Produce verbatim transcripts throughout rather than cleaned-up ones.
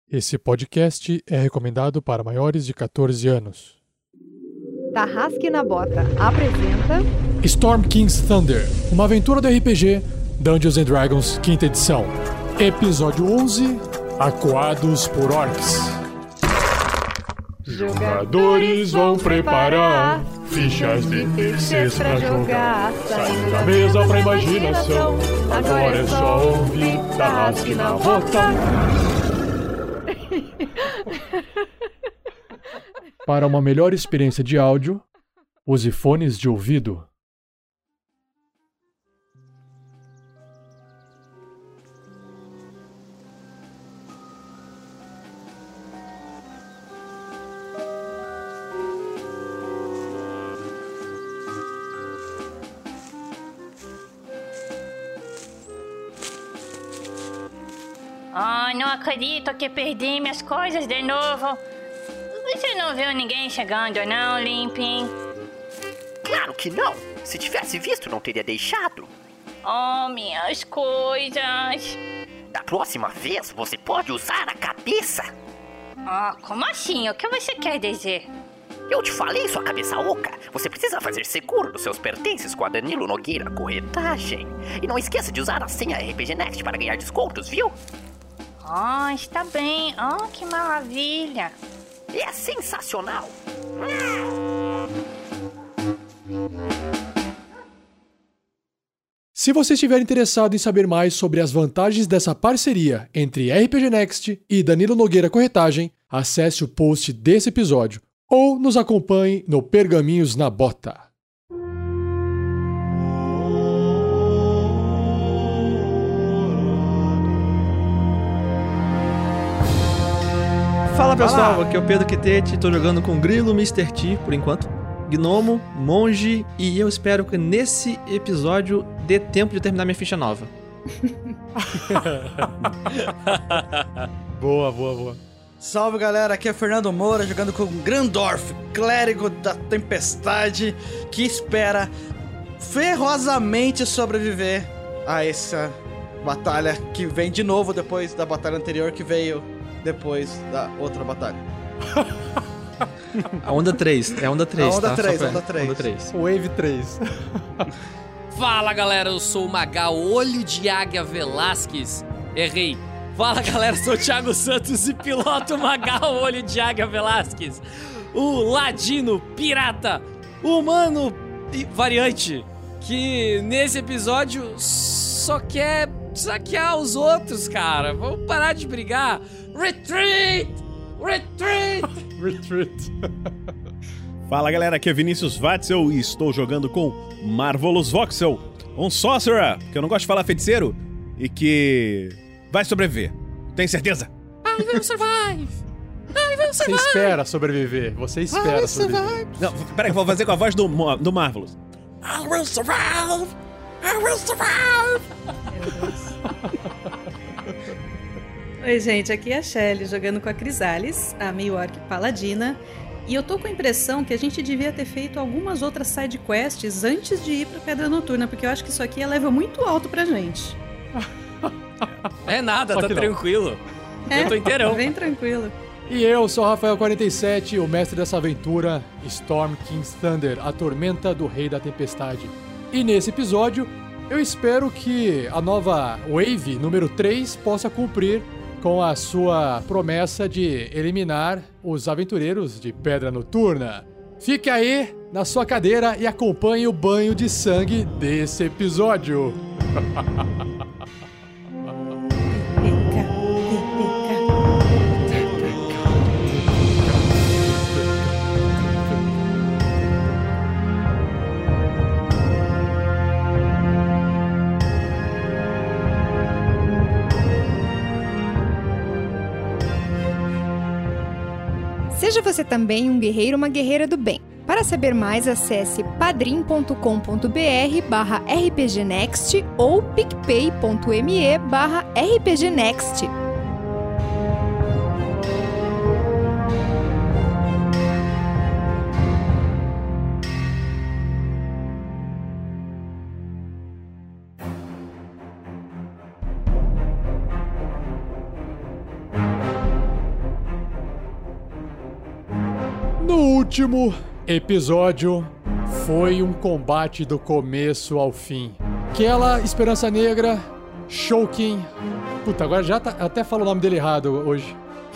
Esse podcast é recomendado para maiores de catorze anos. Tarrasque na Bota apresenta Storm King's Thunder, uma aventura do R P G Dungeons and Dragons quinta edição. Episódio onze, Acuados por Orcs. Jogadores vão preparar fichas de terceiros pra jogar, saindo da mesa pra imaginação. Agora é só ouvir Tarrasque na Bota. Para uma melhor experiência de áudio, use fones de ouvido. Ai, não acredito que perdi minhas coisas de novo. Você não viu ninguém chegando, não, Limpin? Claro que não. Se tivesse visto, não teria deixado. Oh, minhas coisas. Da próxima vez, você pode usar a cabeça. Ah, como assim? O que você quer dizer? Eu te falei, sua cabeça oca. Você precisa fazer seguro dos seus pertences com a Danilo Nogueira Corretagem. E não esqueça de usar a senha R P G Next para ganhar descontos, viu? Ah, está bem. Oh, que maravilha. É sensacional. Se você estiver interessado em saber mais sobre as vantagens dessa parceria entre R P G Next e Danilo Nogueira Corretagem, acesse o post desse episódio ou nos acompanhe no Pergaminhos na Bota. Fala pessoal, Olá. Aqui é o Pedro Quitete, tô jogando com Grilo, mister T por enquanto, Gnomo, Monge, e eu espero que nesse episódio dê tempo de terminar minha ficha nova. Boa, boa, boa. Salve galera, aqui é Fernando Moura jogando com Grandorf, clérigo da tempestade, que espera ferozamente sobreviver a essa batalha que vem de novo depois da batalha anterior que veio depois da outra batalha. A onda três, é a onda três, a onda tá? três, pra... onda três. Onda três. Wave três. Fala galera, eu sou o Magal Olho de Águia Velasquez. Errei. Fala galera, sou o Thiago Santos e piloto o Magal Olho de Águia Velasquez. O ladino, pirata, humano e variante, que nesse episódio só quer saquear os outros, cara. Vamos parar de brigar. Retreat! Retreat! Retreat. Fala galera, aqui é Vinícius Watzel e estou jogando com Marvelous Voxel, um sorcerer, que eu não gosto de falar feiticeiro, e que vai sobreviver. Tem certeza? I will survive! I will survive! Você espera sobreviver, você espera sobreviver. Não, peraí, vou fazer com a voz do, do Marvelous. I will survive! I will survive! Meu Deus. Oi gente, aqui é a Shelly jogando com a Crisales, a meio-orc paladina. E eu tô com a impressão que a gente devia ter feito algumas outras sidequests antes de ir pra Pedra Noturna, porque eu acho que isso aqui é level muito alto pra gente. É nada, Só tá tranquilo. É, eu tô inteirão. Bem tranquilo. E eu sou o Rafael quarenta e sete, o mestre dessa aventura, Storm King's Thunder, a tormenta do Rei da Tempestade. E nesse episódio, eu espero que a nova Wave número três possa cumprir com a sua promessa de eliminar os aventureiros de Pedra Noturna. Fique aí na sua cadeira e acompanhe o banho de sangue desse episódio. Seja você também um guerreiro ou uma guerreira do bem. Para saber mais, acesse padrim.com.br barra rpgnext ou picpay.me barra rpgnext. último episódio foi um combate do começo ao fim. Aquela Esperança Negra, Shouken... Puta, agora já tá, até falo o nome dele errado hoje.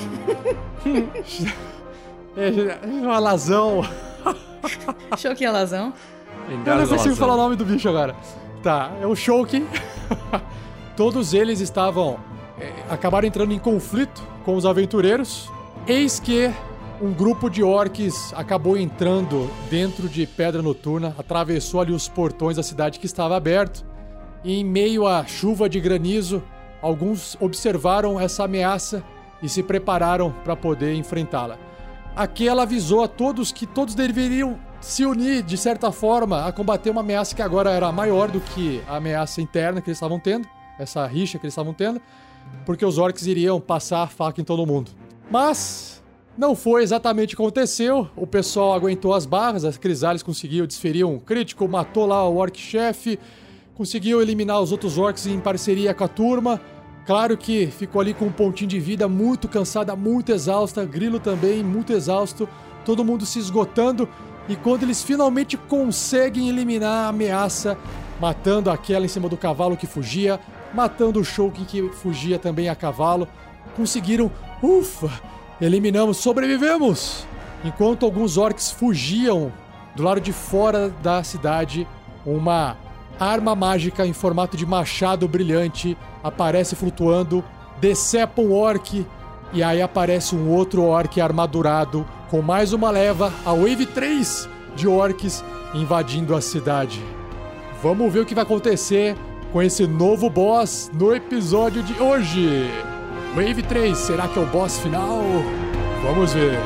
É, alazão. Shouken alazão. Eu não consigo falar o nome do bicho agora. Tá, é o Shouken. Todos eles estavam... É, acabaram entrando em conflito com os aventureiros. Eis que um grupo de orcs acabou entrando dentro de Pedra Noturna, atravessou ali os portões da cidade que estava aberto. E em meio à chuva de granizo, alguns observaram essa ameaça e se prepararam para poder enfrentá-la. Aqui ela avisou a todos que todos deveriam se unir, de certa forma, a combater uma ameaça que agora era maior do que a ameaça interna que eles estavam tendo, essa rixa que eles estavam tendo, porque os orcs iriam passar a faca em todo mundo. Mas não foi exatamente o que aconteceu. O pessoal aguentou as barras, a Crisales conseguiu desferir um crítico, matou lá o orc-chefe, conseguiu eliminar os outros orcs em parceria com a turma. Claro que ficou ali com um pontinho de vida, muito cansada, muito exausta. Grilo também, muito exausto. Todo mundo se esgotando. E quando eles finalmente conseguem eliminar a ameaça, matando aquela em cima do cavalo que fugia, matando o Shouken que fugia também a cavalo, conseguiram... Ufa! Eliminamos, sobrevivemos! Enquanto alguns orcs fugiam do lado de fora da cidade, uma arma mágica em formato de machado brilhante aparece flutuando, decepa um orc, e aí aparece um outro orc armadurado com mais uma leva, a Wave três de orcs invadindo a cidade. Vamos ver o que vai acontecer com esse novo boss no episódio de hoje. Wave três, será que é o boss final? Vamos ver.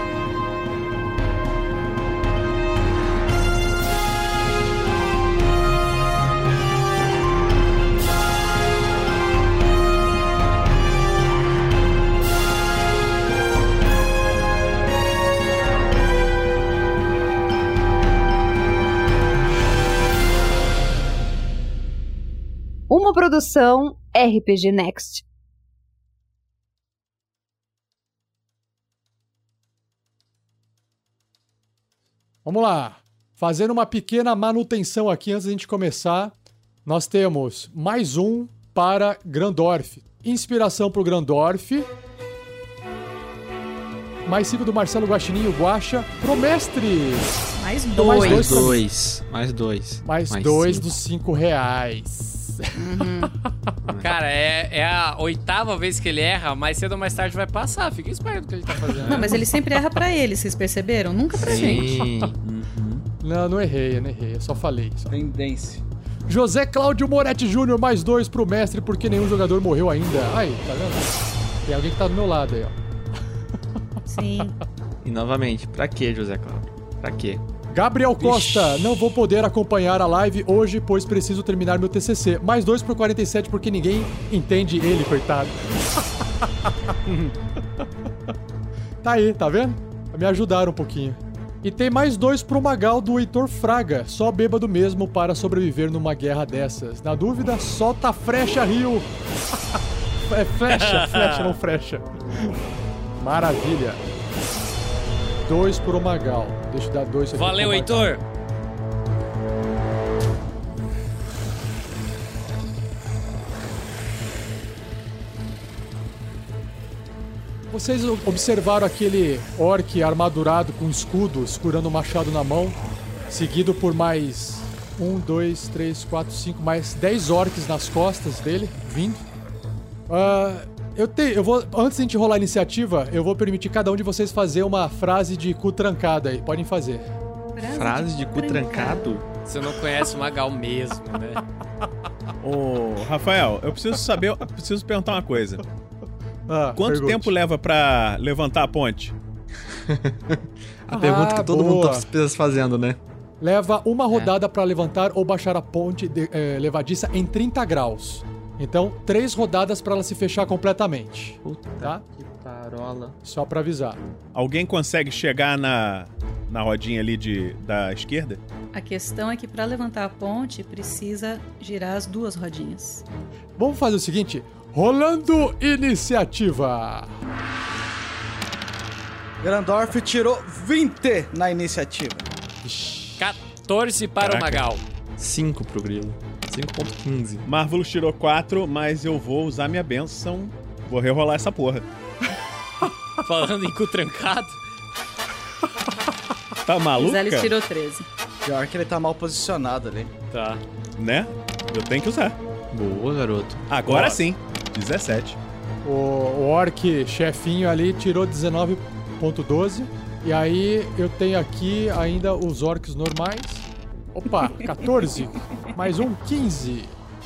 Uma produção R P G Next. Vamos lá. Fazendo uma pequena manutenção aqui antes da gente começar. Nós temos mais um para Grandorf. Inspiração pro Grandorf. Mais cinco do Marcelo Guaxininho Guaxa pro mestre. Mais Então, dois. mais dois. Dois. Mais dois. Mais, Mais dois cinco. dos cinco reais. Cara, é, é a oitava vez que ele erra, mais cedo ou mais tarde vai passar. Fica esperto no que ele tá fazendo. Não, mas ele sempre erra pra ele, vocês perceberam? Nunca pra gente. Sim. Não, não errei, eu não errei. Eu só falei. Só. Tendência. José Cláudio Moretti Júnior, mais dois pro mestre, porque nenhum jogador morreu ainda. Aí, tá vendo? Tem alguém que tá do meu lado aí, ó. Sim. E novamente, pra quê, José Cláudio? Pra quê? Gabriel Costa, não vou poder acompanhar a live hoje, pois preciso terminar meu T C C. Mais dois pro quarenta e sete, porque ninguém entende ele, coitado. Tá aí, tá vendo? Me ajudaram um pouquinho. E tem mais dois pro Magal do Heitor Fraga, só bêbado mesmo para sobreviver numa guerra dessas. Na dúvida, solta a frecha, Rio. É flecha, flecha, não frecha. Maravilha. Dois pro Magal. Deixa eu dar dois aqui. Valeu, pro Magal. Heitor. Vocês observaram aquele orc armadurado com escudo, segurando o machado na mão, seguido por mais um, dois, três, quatro, cinco, mais dez orcs nas costas dele, vindo. Uh, eu, te, eu vou, antes de a gente rolar a iniciativa, eu vou permitir cada um de vocês fazer uma frase de cu trancada aí. Podem fazer. Frase de cu trancado? Você não conhece o Magal mesmo, né? Ô, Rafael, eu preciso saber, eu preciso perguntar uma coisa. Ah, Quanto pergunte. tempo leva pra levantar a ponte? A pergunta que todo mundo boa. tá fazendo, né? Leva uma rodada pra levantar ou baixar a ponte de, eh, levadiça em trinta graus. Então, três rodadas pra ela se fechar completamente. Puta Tá? que parola. Só pra avisar. Alguém consegue chegar na, na rodinha ali de, da esquerda? A questão é que pra levantar a ponte precisa girar as duas rodinhas. Vamos fazer o seguinte: rolando iniciativa. Grandorf tirou vinte na iniciativa. quatorze para Caraca. o Magal. cinco pro Grilo. cinco ponto quinze. Marvelous tirou quatro, mas eu vou usar minha benção. Vou rerolar essa porra. Falando em cu trancado. Tá maluca? Gisele tirou treze. Pior que ele tá mal posicionado ali. Tá. Né? Eu tenho que usar. Boa, garoto. Agora Boa. sim. dezessete. O, o orc chefinho ali tirou dezenove ponto doze. E aí eu tenho aqui ainda os orcs normais. Opa, quatorze. Mais um, quinze.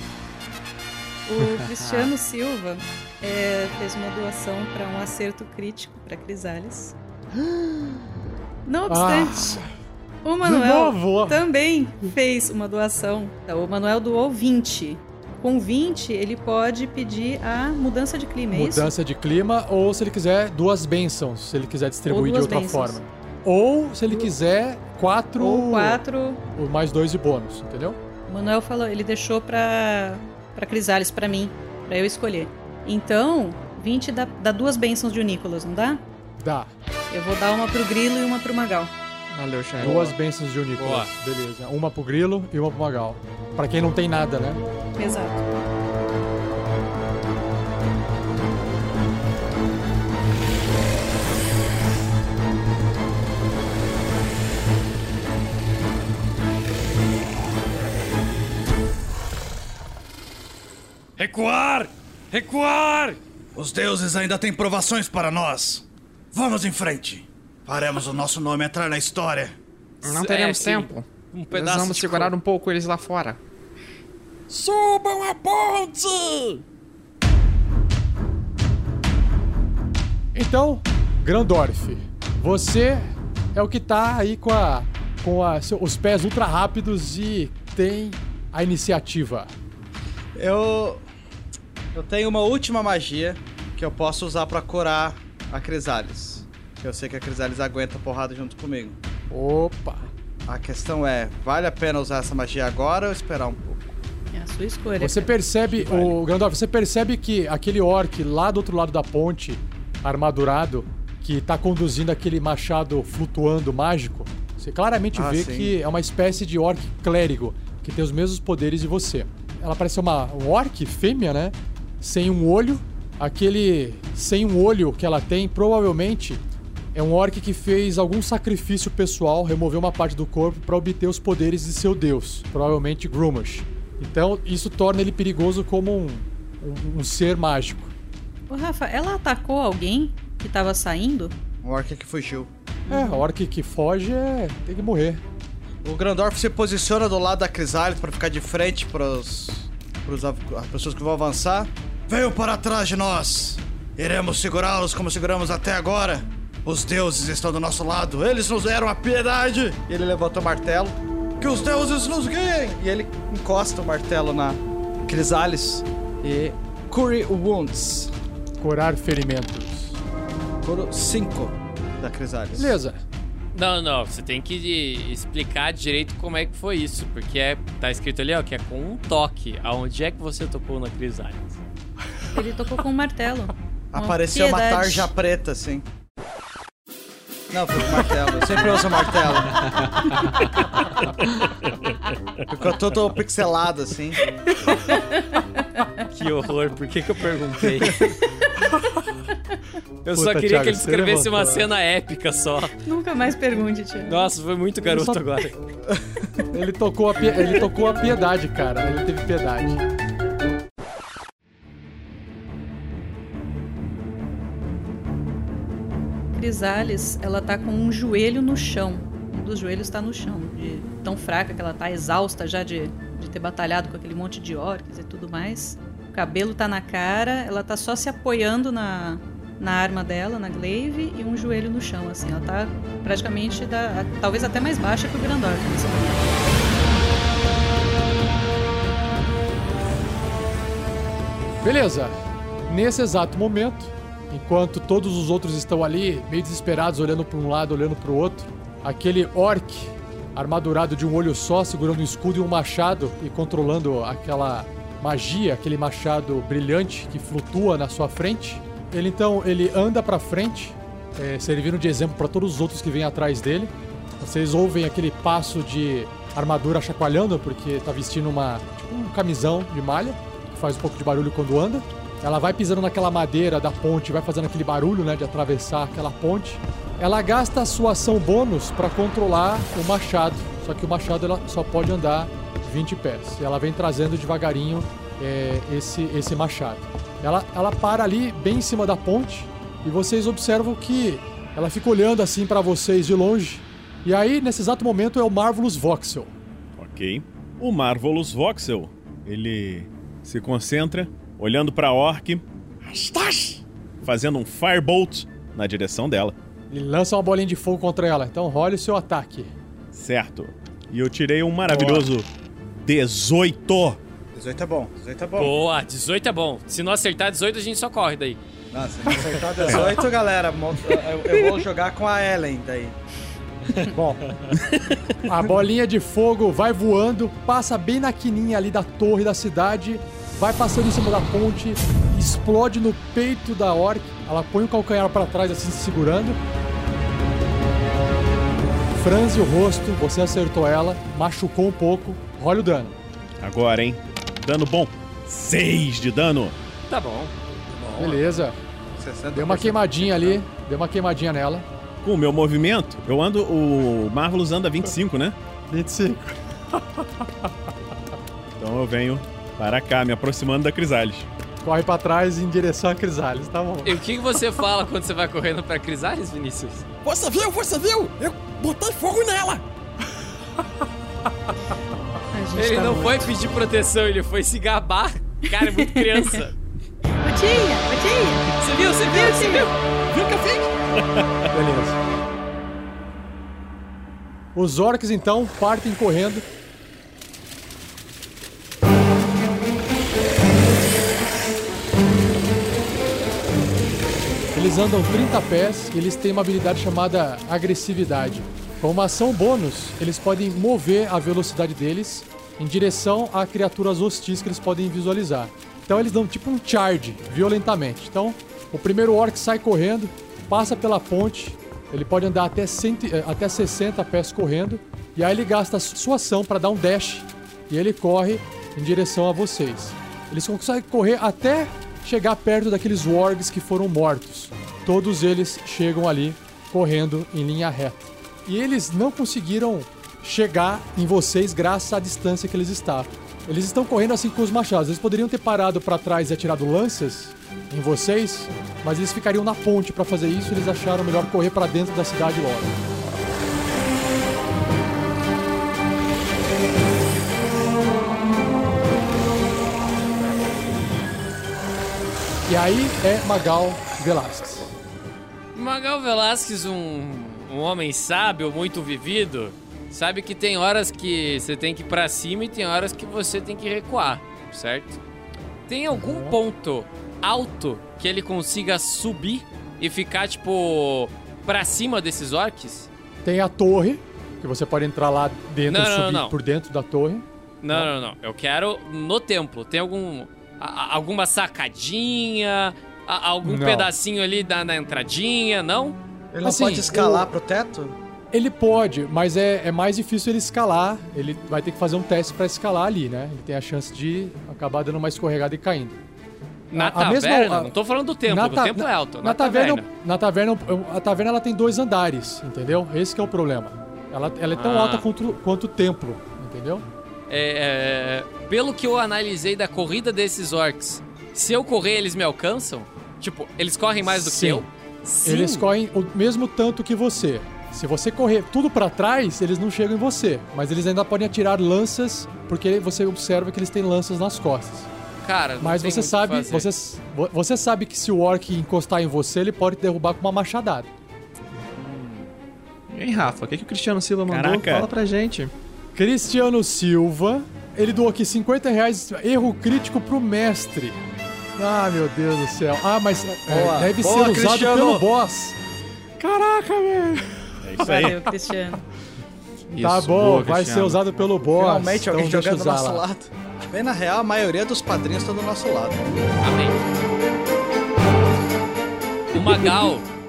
O Cristiano Silva é, fez uma doação para um acerto crítico para Crisales. Não obstante, o Manuel novo? também fez uma doação. Então, o Manuel doou vinte. Com vinte, ele pode pedir a mudança de clima, é isso? Mudança de clima, ou se ele quiser, duas bênçãos, se ele quiser distribuir de duas outra bênçãos. forma. Ou, se ele quiser, quatro... Ou quatro. ou mais dois de bônus, entendeu? O Manuel falou, ele deixou pra, pra Crisales, pra mim, pra eu escolher. Então, vinte dá, dá duas bênçãos de Nicolas, não dá? Dá. Eu vou dar uma pro Grilo e uma pro Magal. Valeu, Charles. Duas bênçãos de Nicolas. Beleza. Uma pro Grilo e uma pro Magal. Pra quem não tem nada, né? Exato. Recuar! Recuar! Os deuses ainda têm provações para nós. Vamos em frente. Faremos o nosso nome entrar na história. Não É, teremos sim. tempo. Um pedaço Vamos de segurar co- um pouco eles lá fora. Subam a ponte! Então, Grandorf, você é o que tá aí com, a, com a, seu- os pés ultra rápidos e tem a iniciativa. Eu. Eu tenho uma última magia que eu posso usar pra curar a Crisales. Que eu sei que a Crisales aguenta porrada junto comigo. Opa! A questão é, vale a pena usar essa magia agora ou esperar um pouco? É a sua escolha. Você percebe, o Grandorf, você percebe que aquele orc lá do outro lado da ponte, armadurado, que tá conduzindo aquele machado flutuando mágico, você claramente Ah, vê sim. que é uma espécie de orc clérigo, que tem os mesmos poderes de você. Ela parece uma um orc fêmea, né? Sem um olho. Aquele sem um olho que ela tem, provavelmente é um orc que fez algum sacrifício pessoal, removeu uma parte do corpo para obter os poderes de seu deus, provavelmente Grumash. Então, isso torna ele perigoso como um, um, um ser mágico. Ô, Rafa, ela atacou alguém que tava saindo? Um orc que fugiu. É, a orc que foge é, tem que morrer. O Grandorf se posiciona do lado da Crisales pra ficar de frente pros, pros av- as pessoas que vão avançar. Venham para trás de nós. Iremos segurá-los como seguramos até agora. Os deuses estão do nosso lado. Eles nos deram a piedade. E ele levanta o martelo. Que os deuses nos guiem. E ele encosta o martelo na Crisales. E cure wounds. Curar ferimentos. Curo cinco da Crisales. Beleza. Não, não, você tem que explicar direito como é que foi isso, porque é, tá escrito ali, ó, que é com um toque. Aonde é que você tocou na Crisales? Ele tocou com um martelo. Com Apareceu uma piedade. tarja preta, assim. Não, foi o martelo. Eu sempre uso o martelo. Ficou todo pixelado, assim. Que horror, por que que eu perguntei? Eu só Puta, queria Thiago, que ele você escrevesse uma levantou. cena épica só. Nunca mais pergunte, Tia. Nossa, foi muito garoto só- agora. Ele tocou, a, pie- ele tocou a piedade, cara. Ele teve piedade. Crisales, ela tá com um joelho no chão. Um dos joelhos tá no chão. De tão fraca que ela tá, exausta já de, de ter batalhado com aquele monte de orcs e tudo mais. O cabelo tá na cara, ela tá só se apoiando na, na arma dela, na glaive, e um joelho no chão, assim. Ela tá praticamente, da, talvez até mais baixa que o Grandorf nesse momento. Beleza. Nesse exato momento, enquanto todos os outros estão ali, meio desesperados, olhando para um lado, olhando para o outro, aquele orc armadurado de um olho só, segurando um escudo e um machado e controlando aquela magia, aquele machado brilhante que flutua na sua frente. Ele então, ele anda para frente é, servindo de exemplo para todos os outros que vêm atrás dele. Vocês ouvem aquele passo de armadura chacoalhando, porque tá vestindo uma, tipo um camisão de malha, que faz um pouco de barulho quando anda. Ela vai pisando naquela madeira da ponte, vai fazendo aquele barulho, né, de atravessar aquela ponte. Ela gasta a sua ação bônus para controlar o machado, só que o machado ela só pode andar vinte pés. E ela vem trazendo devagarinho é, esse, esse machado. Ela, ela para ali, bem em cima da ponte, e vocês observam que ela fica olhando assim para vocês de longe. E aí, nesse exato momento, é o Marvelous Voxel. Ok. O Marvelous Voxel, ele se concentra, olhando pra Orc, fazendo um Firebolt na direção dela. Ele lança uma bolinha de fogo contra ela, então role o seu ataque. Certo. E eu tirei um maravilhoso Boa. dezoito. dezoito é bom, dezoito é bom. Boa, dezoito é bom. Se não acertar dezoito, a gente só corre daí. Não, se não acertar dezoito, galera, eu, eu vou jogar com a Ellen daí. Bom, a bolinha de fogo vai voando, passa bem na quininha ali da torre da cidade, vai passando em cima da ponte, explode no peito da Orc. Ela põe o calcanhar pra trás assim, se segurando. Franze o rosto, você acertou ela, machucou um pouco, rola o dano. Agora, hein? Dano bom. seis de dano. Tá bom. bom. Beleza. Deu uma queimadinha ali, deu uma queimadinha nela. Com o meu movimento, eu ando... O Marvelous anda vinte e cinco, né? vinte e cinco. Então eu venho para cá, me aproximando da Crisales. Corre pra trás em direção a Crisales, tá bom. E o que você fala quando você vai correndo pra Crisales, Vinícius? Força viu, força viu! Eu botei fogo nela! Ele tá não muito. foi pedir proteção, ele foi se gabar. Cara, é muito criança. Botinha, botinha. Você viu, você viu, você viu? Viu o que eu fiz? Beleza. Os orcs, então, partem correndo. Eles andam trinta pés e eles têm uma habilidade chamada agressividade. Com uma ação bônus, eles podem mover a velocidade deles em direção a criaturas hostis que eles podem visualizar. Então eles dão tipo um charge, violentamente. Então, o primeiro orc sai correndo, passa pela ponte, ele pode andar até, cem, até sessenta pés correndo, e aí ele gasta a sua ação para dar um dash, e ele corre em direção a vocês. Eles conseguem correr até chegar perto daqueles wargs que foram mortos. Todos eles chegam ali, correndo em linha reta. E eles não conseguiram chegar em vocês graças à distância que eles estavam. Eles estão correndo assim com os machados. Eles poderiam ter parado para trás e atirado lanças em vocês, mas eles ficariam na ponte para fazer isso. Eles acharam melhor correr para dentro da cidade logo. E aí é Magal Velasquez. Magal Velasquez, um, um homem sábio, muito vivido, sabe que tem horas que você tem que ir pra cima e tem horas que você tem que recuar, certo? Tem algum ponto alto que ele consiga subir e ficar, tipo, pra cima desses orcs? Tem a torre, que você pode entrar lá dentro Não, e não, subir não. por dentro da torre. Não, não, não. Eu quero no templo. Tem algum... a- alguma sacadinha? a- algum Não. pedacinho ali da, na entradinha, não? Ele não Assim, pode escalar o- pro teto? Ele pode, mas é, é mais difícil ele escalar. Ele vai ter que fazer um teste pra escalar ali, né? Ele tem a chance de acabar dando uma escorregada e caindo. Na A- a taverna? mesma- a- Não tô falando do templo, na do ta- templo é alto. Na, Na taverna, taverna. na taverna, a taverna ela tem dois andares, entendeu? Esse que é o problema. Ela, ela é tão Ah. alta quanto, quanto o templo, entendeu? É, é, pelo que eu analisei da corrida desses orcs, se eu correr, eles me alcançam? Tipo, eles correm mais do Sim. que eu? Sim. Eles correm o mesmo tanto que você. Se você correr tudo pra trás, eles não chegam em você. Mas eles ainda podem atirar lanças, porque você observa que eles têm lanças nas costas. Cara, não Mas tem você muito o sabe, que fazer. você, você sabe que se o orc encostar em você, ele pode te derrubar com uma machadada. E aí, Rafa, o que, que o Cristiano Silva mandou? Caraca. Fala pra gente. Cristiano Silva, ele doou aqui cinquenta reais, erro crítico pro mestre. Ah, meu Deus do céu. Ah, mas é, Boa, deve boa, ser usado Cristiano. pelo boss. Caraca, velho. É isso aí. Valeu, Cristiano. Tá Isso, bom, boa, vai Cristiano. ser usado pelo boss. Finalmente alguém então jogando deixa do eu usar nosso lá. lado. Bem, na real, a maioria dos padrinhos estão do nosso lado. Amém. O Magal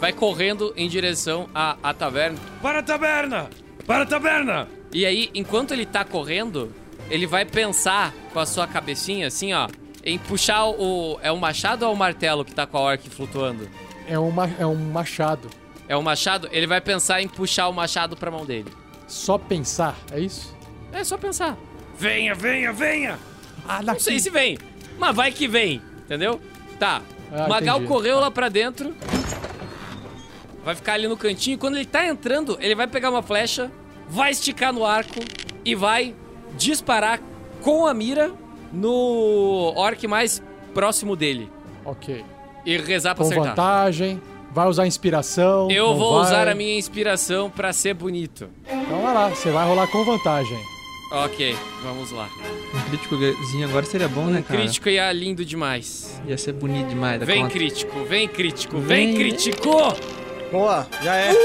vai correndo em direção à, à taverna. Para a taberna! Para a taberna! E aí, enquanto ele tá correndo, ele vai pensar com a sua cabecinha, assim, ó, em puxar o... É o machado ou é o martelo que tá com a orc flutuando? É um, ma- é um machado. É o machado? Ele vai pensar em puxar o machado pra mão dele. Só pensar, é isso? É só pensar. Venha, venha, venha! Ah, Não sei se vem, mas vai que vem, entendeu? Tá, Ah, o Magal entendi. correu lá pra dentro, vai ficar ali no cantinho. Quando ele tá entrando, ele vai pegar uma flecha, vai esticar no arco e vai disparar com a mira no orc mais próximo dele. Ok. E rezar pra Com acertar. vantagem, vai usar inspiração. Eu não vou vai. usar a minha inspiração pra ser bonito. Então vai lá, você vai rolar com vantagem. Ok, vamos lá. Um críticozinho agora seria bom, né, Um cara? crítico ia lindo demais. Ia ser bonito demais da Vem conta. crítico, vem crítico, vem, Vem. crítico! Boa, já é.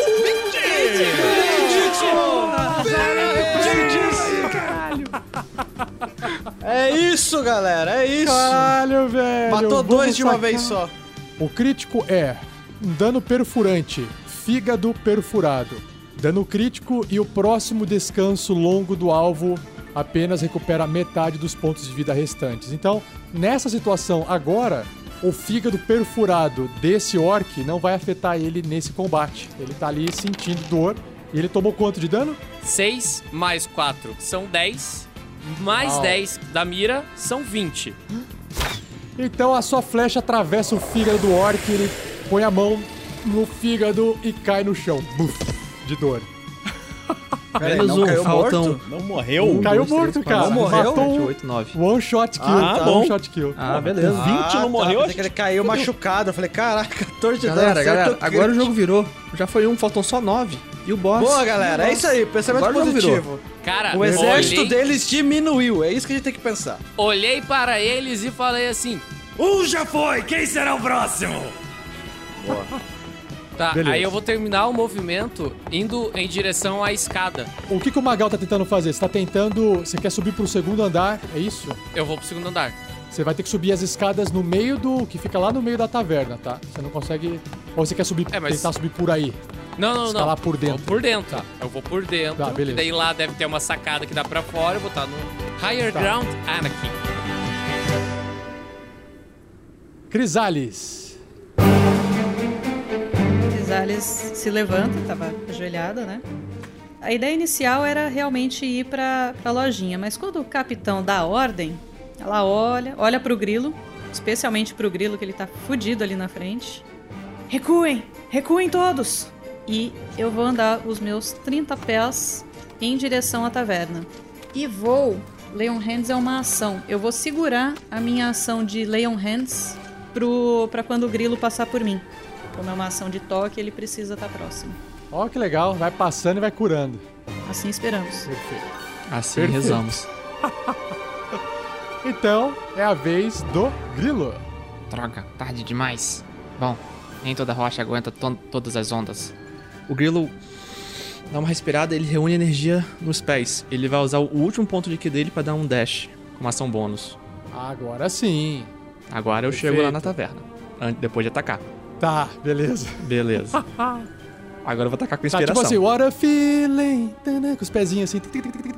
É isso, galera, é isso. Caralho, velho. Matou vamos dois de uma sacar. vez só. O crítico é um dano perfurante, fígado perfurado. Dano crítico e o próximo descanso longo do alvo apenas recupera metade dos pontos de vida restantes. Então, nessa situação agora, o fígado perfurado desse orc não vai afetar ele nesse combate. Ele tá ali sentindo dor. E ele tomou quanto de dano? seis mais quatro são dez. Mais Uau. dez da mira são vinte. Então a sua flecha atravessa o fígado do orc, ele põe a mão no fígado e cai no chão. Buf, de dor. Peraí, Menos não um, caiu faltam... morto? Não morreu? Um, Caiu dois, três, morto, quatro, cara. cinco, Morreu? seis, Matou sete, um- oito, nove. One shot kill. Ah, tá? bom. One shot kill. Ah, beleza. vinte não morreu, Pensei acho que ele caiu machucado. Eu falei, caraca, quatorze de dano. Galera, acerta galera, o agora o crítico. jogo virou. Já foi um, faltam só nove. E o boss? Boa, galera, é isso aí, pensamento Agora o jogo virou. positivo. Cara, O exército olhei, deles diminuiu, é isso que a gente tem que pensar. olhei para eles e falei assim... Um já foi! Quem será o próximo? Tá, Beleza. aí eu vou terminar o movimento indo em direção à escada. O que, que o Magal tá tentando fazer? Você tá tentando... Você quer subir pro segundo andar, é isso? Eu vou pro segundo andar. Você vai ter que subir as escadas no meio do... Que fica lá no meio da taverna, tá? Você não consegue... Ou você quer subir... É, mas- Tentar subir por aí. Não, não, não. Escalar por dentro. Vou por dentro. Eu vou por dentro. Tá, beleza. E daí lá deve ter uma sacada que dá pra fora. Eu vou estar no Higher Tá. Ground Anarchy. Crisales. Crisales se levanta, tava ajoelhada, né? A ideia inicial era realmente ir pra, pra lojinha, mas quando o capitão dá a ordem, ela olha, olha pro grilo, especialmente pro grilo que ele tá fudido ali na frente. Recuem! Recuem todos! E eu vou andar os meus trinta pés em direção à taverna. E vou... Leon Hands é uma ação. Eu vou segurar a minha ação de Leon Hands pro, pra quando o grilo passar por mim. Como é uma ação de toque, ele precisa estar próximo. Ó, que legal. Vai passando e vai curando. Assim esperamos. Perfeito. Assim Perfeito. rezamos. Então, é a vez do grilo. Droga, tarde demais. Bom, nem toda rocha aguenta to- todas as ondas. O grilo dá uma respirada, ele reúne energia nos pés. Ele vai usar o último ponto de Ki dele pra dar um dash, com uma ação bônus. Agora sim. Agora eu Perfeito. chego lá na taverna, an- depois de atacar. Tá, beleza. Beleza. Agora eu vou atacar com Tá, inspiração. tipo assim, what a feeling. Tanã, com os pezinhos assim. tic, tic, tic, tic, tic.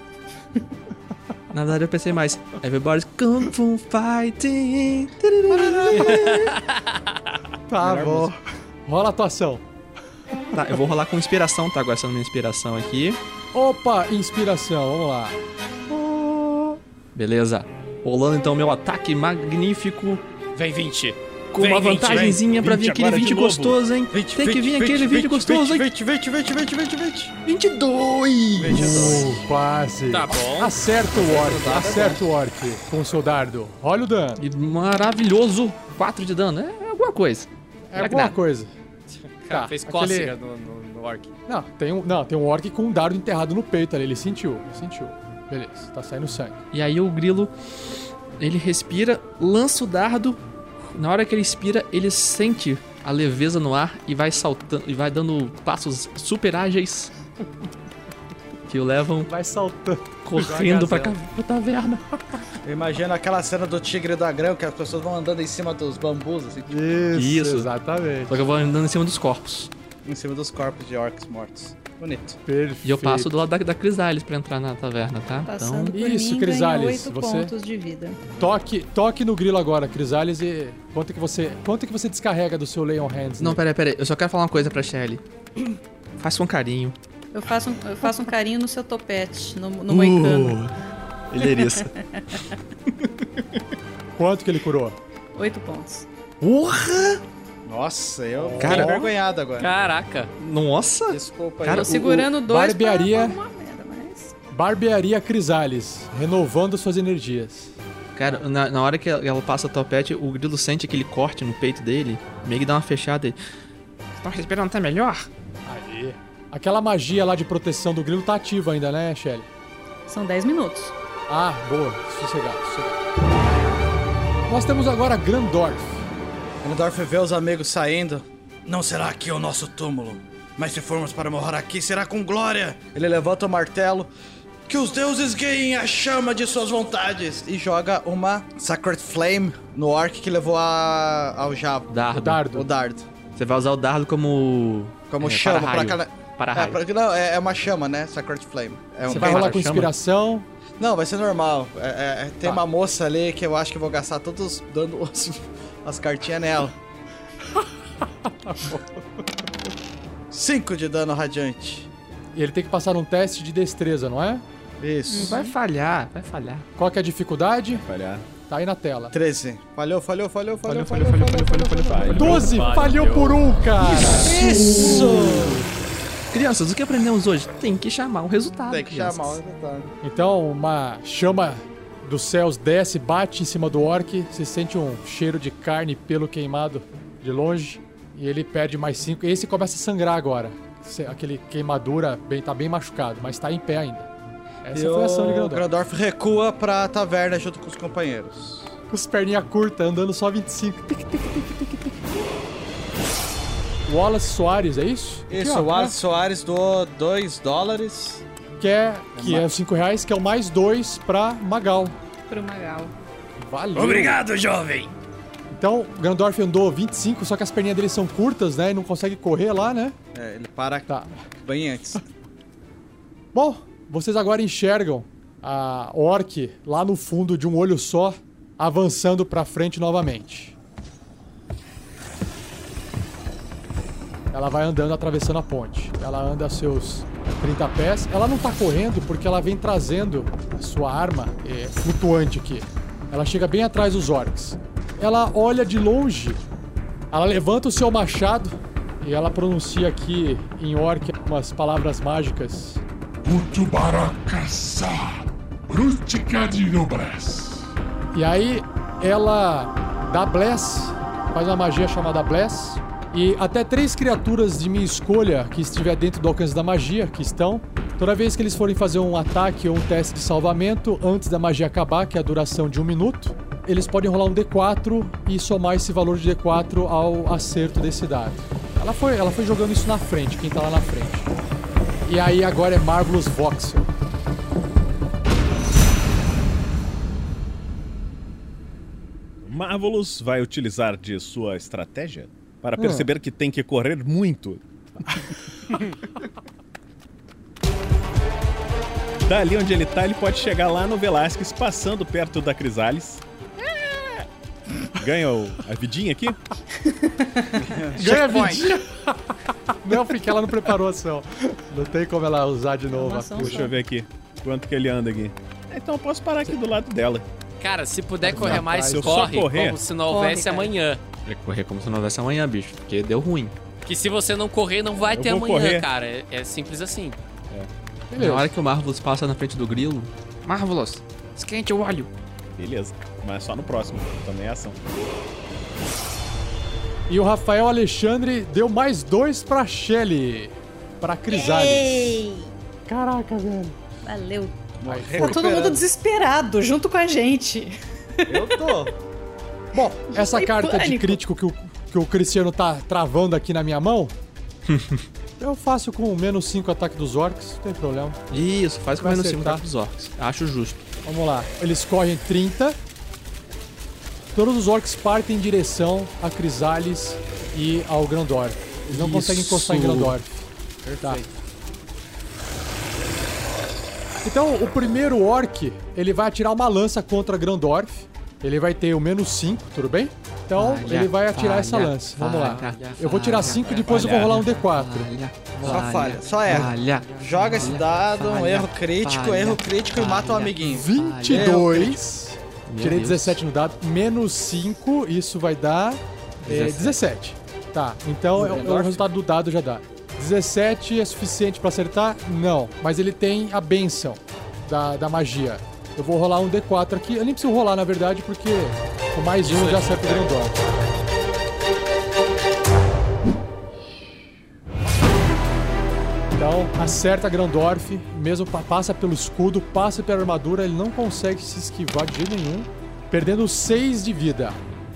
Na verdade eu pensei mais. Everybody's kung fu fighting. Tá Melhor bom. música. Rola a atuação. Tá, eu vou rolar com inspiração, tá? Agora sendo minha inspiração aqui. Opa, inspiração. Vamos lá. Beleza. Rolando então meu ataque magnífico. Vem vinte. Com Vem, uma vinte, vantagenzinha vem. pra vir vinte aquele agora de vinte novo. gostoso, hein? vinte, Tem que vir vinte, aquele vinte, vinte vinte, gostoso, hein? vinte, vinte, vinte, vinte, vinte, vinte. vinte e dois! Uh, quase. Tá bom. Acerta o orc. Acerta o orc com o seu dardo. Olha o dano. E maravilhoso. quatro de dano. É alguma coisa. É Será que alguma dá? coisa. Cara, Tá, fez aquele- cócega no, no, no orc. Não, tem um, não, tem um orc com um dardo enterrado no peito ali. Ele sentiu, ele sentiu. Beleza, tá saindo sangue. E aí o grilo, ele respira, lança o dardo. Na hora que ele expira, ele sente a leveza no ar e vai saltando, e vai dando passos super ágeis. que o levam Vai saltando. correndo pra, Gazela. ca- pra taverna. Eu imagino aquela cena do Tigre e do Dragão, que as pessoas vão andando em cima dos bambus, assim, Isso, Isso. exatamente. Só que eu vou andando em cima dos corpos. em cima dos corpos de orcs mortos. Bonito. Perfeito. E eu passo do lado da, da Crisales pra entrar na taverna, tá? Passando por Isso, mim, Crisales, ganha oito você- pontos de vida. Toque, toque no grilo agora, Crisales, e quanto que você, quanto que você descarrega do seu Leon Hands? Não, né? peraí, peraí. Eu só quero falar uma coisa pra Shelly. Faça um carinho. Eu faço um, eu faço um carinho no seu topete, no, no moicano. Ilheriça. Quanto que ele curou? Oito pontos. Porra! Nossa, eu Cara- fiquei envergonhado agora. Caraca. Nossa! Desculpa aí. Cara, Tô segurando dois barbearia- pra, pra uma merda, mas... Barbearia Crisales, renovando suas energias. Cara, na, na hora que ela ela passa o topete, o grilo sente aquele corte no peito dele, meio que dá uma fechada e... Estão respirando até melhor? Aí. Aquela magia lá de proteção do grilo tá ativa ainda, né, Shelly? São dez minutos. Ah, boa. Sossegado, sossegado. Nós temos agora Grandorf. Grandorf vê os amigos saindo. Não será aqui o nosso túmulo, mas se formos para morrer aqui, será com glória. Ele levanta o martelo. Que os deuses guiem a chama de suas vontades. E joga uma Sacred Flame no orc que levou a, ao Jabo. Dardo. O dardo. O dardo. Você vai usar o dardo como... Como é, chama pra para-raio. aquela... Para É, raio. pra- não, é, é uma chama, né? Sacred Flame. É um Você vai rolar com chama? inspiração. Não, vai ser normal. É, é, tem Tá. uma moça ali que eu acho que eu vou gastar todos dando os- as cartinhas nela. Cinco de dano radiante. E ele tem que passar um teste de destreza, não é? Isso. Vai falhar, vai falhar. Qual que é a dificuldade? Falhar. Tá aí na tela. treze. Falhou, falhou, falhou, falhou, Falhou, falhou, falhou, falhou, falhou, falhou, falhou. doze! Falhou por um, cara! Isso! Crianças, o que aprendemos hoje? Tem que chamar o resultado. Tem que crianças. chamar o resultado. Então, uma chama dos céus desce, bate em cima do orc. Você sente um cheiro de carne e pelo queimado de longe. E ele perde mais cinco. Esse começa a sangrar agora. Se- Aquele queimadura bem, tá bem machucado, mas tá em pé ainda. Essa E foi a ação de o Grandorf. Grandorf recua pra taverna junto com os companheiros. Com os perninhas curtas, andando só vinte e cinco. Tic, tic, tic, tic, tic, tic. Wallace Soares, é isso? Isso, Aqui, ó, o Wallace Soares doou dois dólares. Que é, que é os cinco reais, que é o mais dois pra Magal. Pro Magal. Valeu. Obrigado, jovem. Então, o Grandorf andou vinte e cinco, só que as perninhas dele são curtas, né? E não consegue correr lá, né? É, ele para Tá. bem antes. Bom, vocês agora enxergam a orc lá no fundo de um olho só, avançando pra frente novamente. Ela vai andando, atravessando a ponte. Ela anda seus trinta pés. Ela não tá correndo porque ela vem trazendo a sua arma é, flutuante aqui. Ela chega bem atrás dos orcs. Ela olha de longe. Ela levanta o seu machado e ela pronuncia aqui em orc umas palavras mágicas. Utubarakasa, Rutica de Nobles. E aí ela dá Bless, faz uma magia chamada Bless. E até três criaturas de minha escolha que estiver dentro do alcance da magia, que estão, toda vez que eles forem fazer um ataque ou um teste de salvamento, antes da magia acabar, que é a duração de um minuto, eles podem rolar um D quatro e somar esse valor de D quatro ao acerto desse dado. Ela foi, ela foi jogando isso na frente, quem tá lá na frente. E aí agora é Marvelous Voxel. Marvelous vai utilizar de sua estratégia para perceber que tem que correr muito. Dali onde ele tá, ele pode chegar lá no Velasquez, passando perto da Crisales. Ganha o- a vidinha aqui? Ganha vidinha. Não, porque ela não preparou a ação. Não tem como ela usar de novo. uma a ação ficha. Deixa eu ver aqui quanto que ele anda aqui. Então eu posso parar aqui do lado dela. Cara, se puder correr mais, Se eu só corre correr- como se não houvesse Corre, cara. amanhã. Vai correr como se não houvesse amanhã, bicho. Porque deu ruim. Que se você não correr, não vai Eu ter vou amanhã, correr. cara. É, é simples assim. Beleza. Na hora que o Marvelous passa na frente do grilo... Marvelous, esquente o óleo. Beleza, mas só no próximo. Também é ação. E o Rafael Alexandre deu mais dois pra Shelly. Pra Crisales. Ei! Caraca, velho. Valeu. Aí Tá foi. todo mundo Recuperando. desesperado, junto com a gente. Eu tô. Bom, essa Foi carta de pânico. crítico que o, que o Cristiano tá travando aqui na minha mão Eu faço com menos cinco ataque dos orcs, não tem problema. Isso, faz com Vai menos cinco acertar. ataques dos orcs. Acho justo. Vamos lá. Eles correm trinta. Todos os orcs partem em direção a Crisales e ao Grandorf. Eles não Isso. conseguem encostar em Grandorf. Perfeito. Então, o primeiro orc, ele vai atirar uma lança contra Grandorf. Ele vai ter o menos cinco, tudo bem? Então, Falha, ele vai atirar falha, essa lança. Vamos lá. falha, Eu vou tirar falha, cinco e depois eu vou rolar um D quatro. Só falha, só erra. Falha, Joga esse dado, um falha, erro crítico, falha, erro crítico e mata o falha. amiguinho. vinte e dois. Meu Tirei Deus. dezessete no dado. Menos cinco, isso vai dar é, dezessete. Tá, então é, o- é o resultado do dado já dá. dezessete é suficiente pra acertar? Não, mas ele tem a benção da, da magia. Eu vou rolar um D quatro aqui. Eu nem preciso rolar, na verdade, porque com mais um eu já acerto o Grandorf. Então, acerta Grandorf, mesmo pa- passa pelo escudo, passa pela armadura, ele não consegue se esquivar de jeito nenhum, perdendo seis de vida.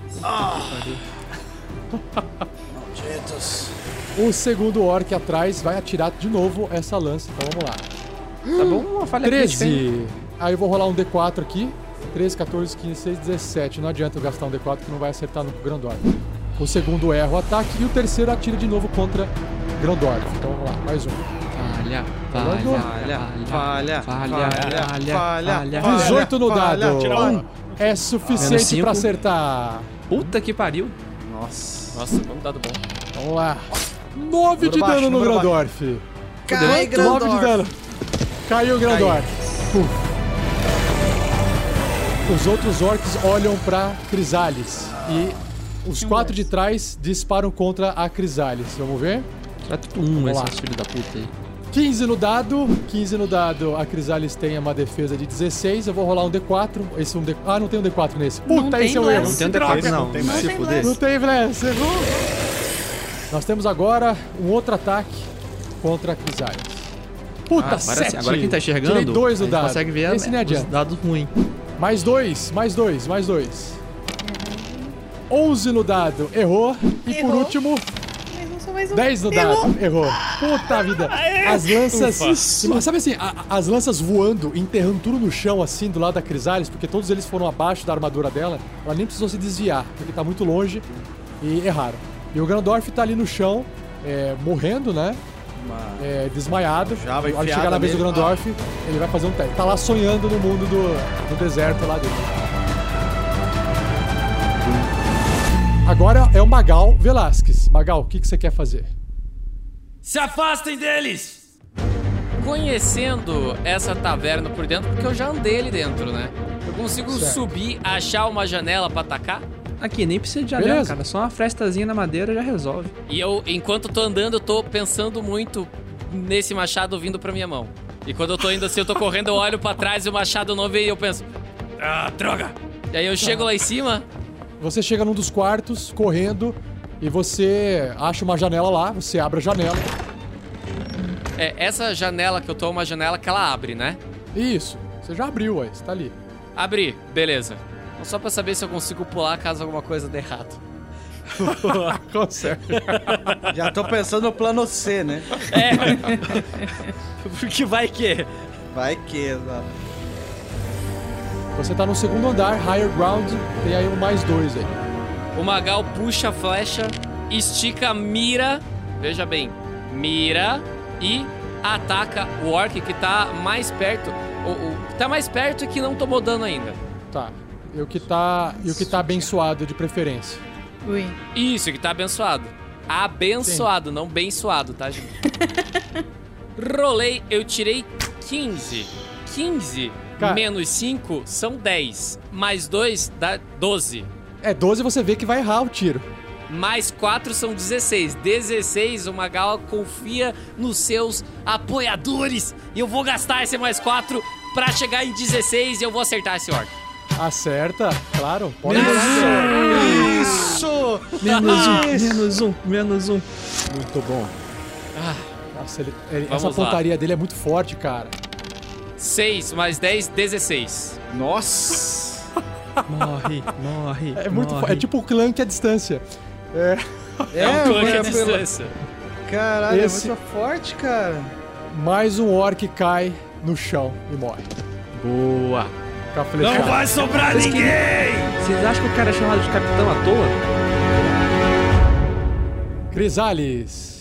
Malditos. O segundo orc atrás vai atirar de novo essa lança, então vamos lá. Tá bom? Uma falha crítica, hein? treze. Aí eu vou rolar um D quatro aqui. treze, quatorze, quinze, dezesseis, dezessete. Não adianta eu gastar um D quatro que não vai acertar no Grandorf. O segundo erra o ataque e o terceiro atira de novo contra Grandorf. Então vamos lá, mais um. Falha, Falha, falha, falha, falha, falha, falha. dezoito no falha, dado. tira um. É Menos suficiente cinco. pra acertar. Puta que pariu. Nossa. Nossa, vamos dar do bom. Vamos lá. nove de Número baixo, dano no número Grandorf. Cai, Quanto? nove de Grandorf. dano. Caiu o Grandorf. Puf. Os outros orcs olham pra Crisales. E os quatro de trás disparam contra a Crisales. Vamos ver? Tá tudo um, Vamos lá. esses filhos da puta aí. quinze no dado. quinze no dado. A Crisales tem uma defesa de dezesseis. Eu vou rolar um D quatro. Esse é um D... Ah, não tem um D quatro nesse. Não Puta, tem esse é o blast. erro. Não tem um D quatro, Droga, não. não tem mais. Se Não tem fuder. Não tem blast. Nós temos agora um outro ataque contra a Crisales. Puta, Ah, agora, sete. sim, agora quem tá enxergando, Tirei dois no a gente dado. consegue ver Esse nem os adianta. dados ruins. Mais dois, mais dois, mais dois. onze no dado, errou. E por Errou. último, Mais um, só mais um. dez no dado, errou. Puta vida. As lanças. Ufa. Sabe assim, a- as lanças voando, enterrando tudo no chão, assim, do lado da Crisales, porque todos eles foram abaixo da armadura dela. Ela nem precisou se desviar, porque tá muito longe. E erraram. E o Grandorf tá ali no chão, é, morrendo, né? Uma- É, desmaiado. Já vai Na hora que enfiada chegar na vez do nele. Grandorf, ele vai fazer um teste. Tá lá sonhando no mundo do, do deserto lá dele. Agora é o Magal Velasquez. Magal, o que, que você quer fazer? Se afastem deles! Conhecendo essa taverna por dentro, porque eu já andei ali dentro, né? Eu consigo Certo. subir, achar uma janela pra atacar? Aqui, nem precisa de janela, Beleza. cara. Só uma frestazinha na madeira já resolve. E eu, enquanto eu tô andando, eu tô pensando muito nesse machado vindo pra minha mão. E quando eu tô indo assim, eu tô correndo, eu olho pra trás e o machado não vem e eu penso... Ah, droga! E aí eu chego lá em cima... Você chega num dos quartos, correndo, e você acha uma janela lá, você abre a janela. É, essa janela que eu tô é uma janela que ela abre, né? Isso, você já abriu, aí, você tá ali. Abri, beleza. Então, só pra saber se eu consigo pular caso alguma coisa dê errado. Consegue. Já tô pensando no plano C, né? Porque vai que... Vai que, exato. Você tá no segundo andar, higher ground, tem aí um mais dois aí. O Magal puxa a flecha, estica a mira, veja bem, mira e ataca o orc que tá mais perto. O, o que tá mais perto e que não tomou dano ainda. Tá. E o que tá, e o que tá abençoado de preferência. Ui. Isso, que tá abençoado. Abençoado, não bençoado, tá, gente? Rolei, eu tirei quinze. quinze Cara. menos cinco são dez. Mais dois dá doze. É, doze você vê que vai errar o tiro. Mais quatro são dezesseis. dezesseis, o Magal confia nos seus apoiadores. E eu vou gastar esse mais quatro pra chegar em dezesseis e eu vou acertar esse orc. Acerta, claro. Pode Menos rolar. Isso! Menos um, menos um, menos um. Muito bom. Nossa, ele- ele- Vamos essa lá. pontaria dele é muito forte, cara. seis mais dez, dezesseis. Nossa! Morre, morre. É muito morre. fo- É tipo o Clank à distância. É. É um clunk foi à pela- distância. Caralho, Esse- é muito forte, cara. Mais um orc cai no chão e morre. Boa. Com a flechada. Não vai sobrar Vocês ninguém! Vocês acham que o cara é chamado de capitão à toa? Crisales.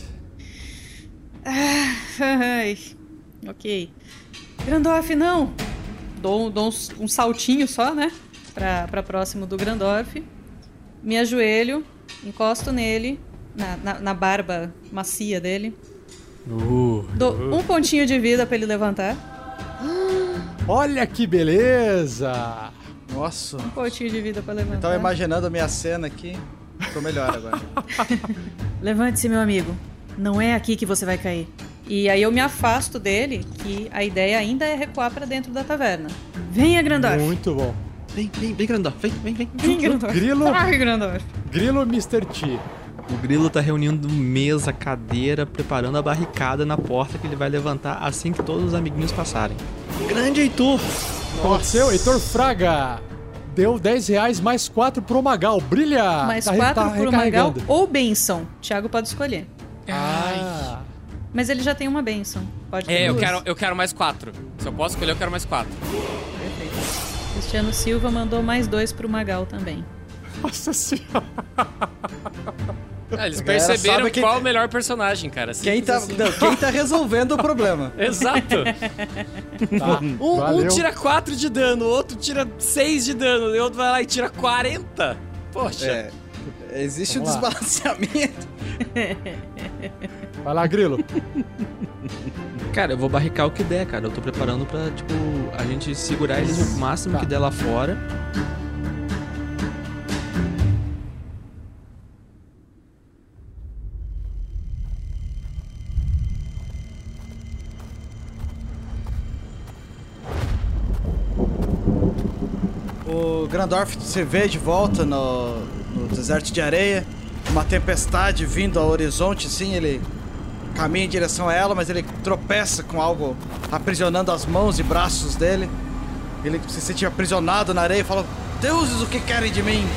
Ai, ok. Grandorf, não. Dou, dou uns- um saltinho só, né? Pra, pra próximo do Grandorf. Me ajoelho, encosto nele, na, na, na barba macia dele. Uh, Dou uh. um pontinho de vida pra ele levantar. Olha que beleza! Nossa. Um pontinho de vida pra levantar. Eu tava imaginando a minha cena aqui. Tô melhor agora. Levante-se, meu amigo. Não é aqui que você vai cair. E aí eu me afasto dele, que a ideia ainda é recuar pra dentro da taverna. Venha, Grandorf. Muito bom. Vem, vem, vem, Grandorf. Vem, vem, vem. Vem, Grandorf. Grilo. Ai, Grandorf. Grilo mister T. O Grilo tá reunindo mesa, cadeira, preparando a barricada na porta que ele vai levantar assim que todos os amiguinhos passarem. Grande Heitor! Aconteceu, Heitor Fraga. Deu dez reais mais quatro pro Magal. Brilha! Mais Tá re- quatro tá pro Magal recarregando. ou benção. Thiago pode escolher. Ah, Mas ele já tem uma benção. Pode ter É, eu duas. quero, eu quero mais quatro. Se eu posso escolher, eu quero mais quatro. Perfeito. Cristiano Silva mandou mais dois pro Magal também. nossa senhora. Ah, eles A galera perceberam sabe quem- qual o melhor personagem, cara. Quem Simples tá, assim. não, quem tá resolvendo o problema? Exato. Tá, Um, um valeu. tira quatro de dano, o outro tira seis de dano, e o outro vai lá e tira quarenta. Poxa. É, existe um Vamos lá. desbalanceamento. Vai lá, Grilo. Cara, eu vou barricar o que der, cara. Eu tô preparando pra, tipo, a gente segurar eles o máximo Tá. que der lá fora. O Grandorf se vê de volta no, no deserto de areia, uma tempestade vindo ao horizonte, sim, ele caminha em direção a ela, mas ele tropeça com algo aprisionando as mãos e braços dele. Ele se sente aprisionado na areia e fala: deuses, o que querem de mim?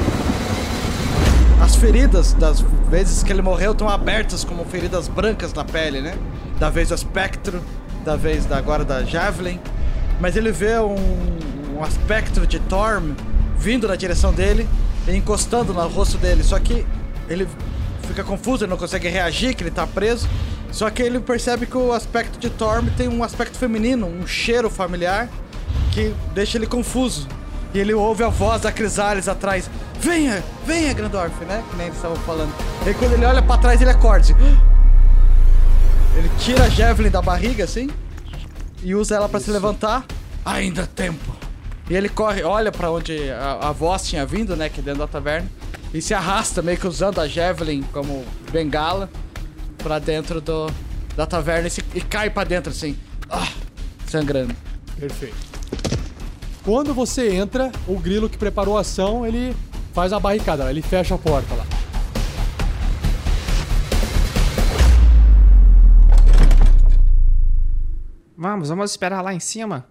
As feridas das vezes que ele morreu estão abertas como feridas brancas na pele, né? Da vez do espectro, da vez da, agora da Javelin. Mas ele vê um, um aspecto de Torm vindo na direção dele e encostando no rosto dele. Só que ele fica confuso, ele não consegue reagir, que ele tá preso. Só que ele percebe que o aspecto de Torm tem um aspecto feminino, um cheiro familiar, que deixa ele confuso. E ele ouve a voz da Crisales atrás: venha, venha, Grandorf, né? Que nem eles estavam falando. E aí, quando ele olha pra trás, ele acorda assim. Ele tira a Javelin da barriga, assim, e usa ela pra se levantar. Ainda há tempo. E ele corre, olha pra onde a, a voz tinha vindo, né, que dentro da taverna, e se arrasta, meio que usando a Javelin como bengala, pra dentro do, da taverna e, se, e cai pra dentro, assim, ah, sangrando. Perfeito. Quando você entra, o Grilo que preparou a ação, ele faz a barricada, ele fecha a porta lá. Vamos, vamos esperar lá em cima.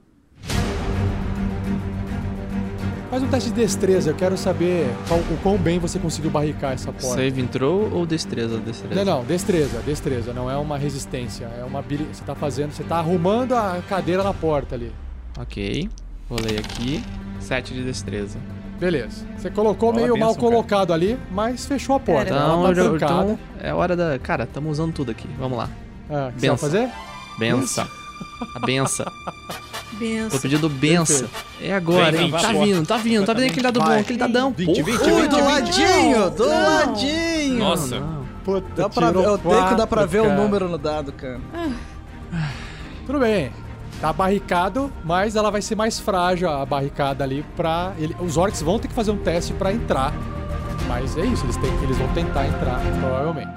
Faz um teste de destreza, eu quero saber qual, o quão bem você conseguiu barricar essa porta. Save entrou ou destreza? Destreza. Não, não, destreza, destreza, não é uma resistência, é uma habili- você tá fazendo, você tá arrumando a cadeira na porta ali. Ok, rolei aqui. sete de destreza. Beleza. Você colocou Fala meio benção, mal cara. colocado ali, mas fechou a porta. Cara, Ela Então, tá eu- trancada. então é hora da... Cara, estamos usando tudo aqui. Vamos lá. Ah, o que você vai benção. fazer? Benção. A benção. Tô Benção. pedindo benção. É agora, Vem, hein? vai, Tá vai. vindo, tá vindo. Tá vindo aquele dado bom, Vai. aquele dadão. vinte, vinte, Porra. Ui, do ladinho, do ladinho. Nossa. Não. Puta, Dá pra ver, tirou eu tenho que dá pra quatro, ver o cara. número no dado, cara. Tudo bem. Tá barricado, mas ela vai ser mais frágil, a barricada ali, pra... Ele, os orcs vão ter que fazer um teste pra entrar. Mas é isso, eles, têm, eles vão tentar entrar, provavelmente.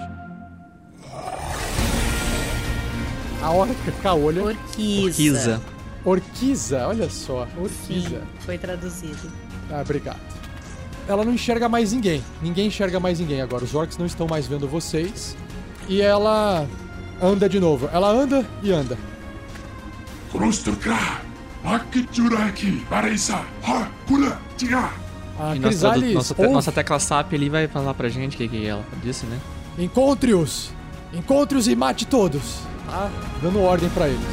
A orca caolha. Orquiza. Orquiza. Orquiza, olha só. Orquiza. Sim, foi traduzido. Ah, obrigado. Ela não enxerga mais ninguém. Ninguém enxerga mais ninguém agora. Os orcs não estão mais vendo vocês. E ela anda de novo. Ela anda e anda. Krustukra, Akijuraki, Baresa, Ha, Kula, Tiga. A E nossa, tradu- Crisales nossa, te- ouve- nossa tecla S A P ali vai falar pra gente o que, que ela disse, né? Encontre-os! Encontre-os e mate todos. Tá dando ordem pra eles.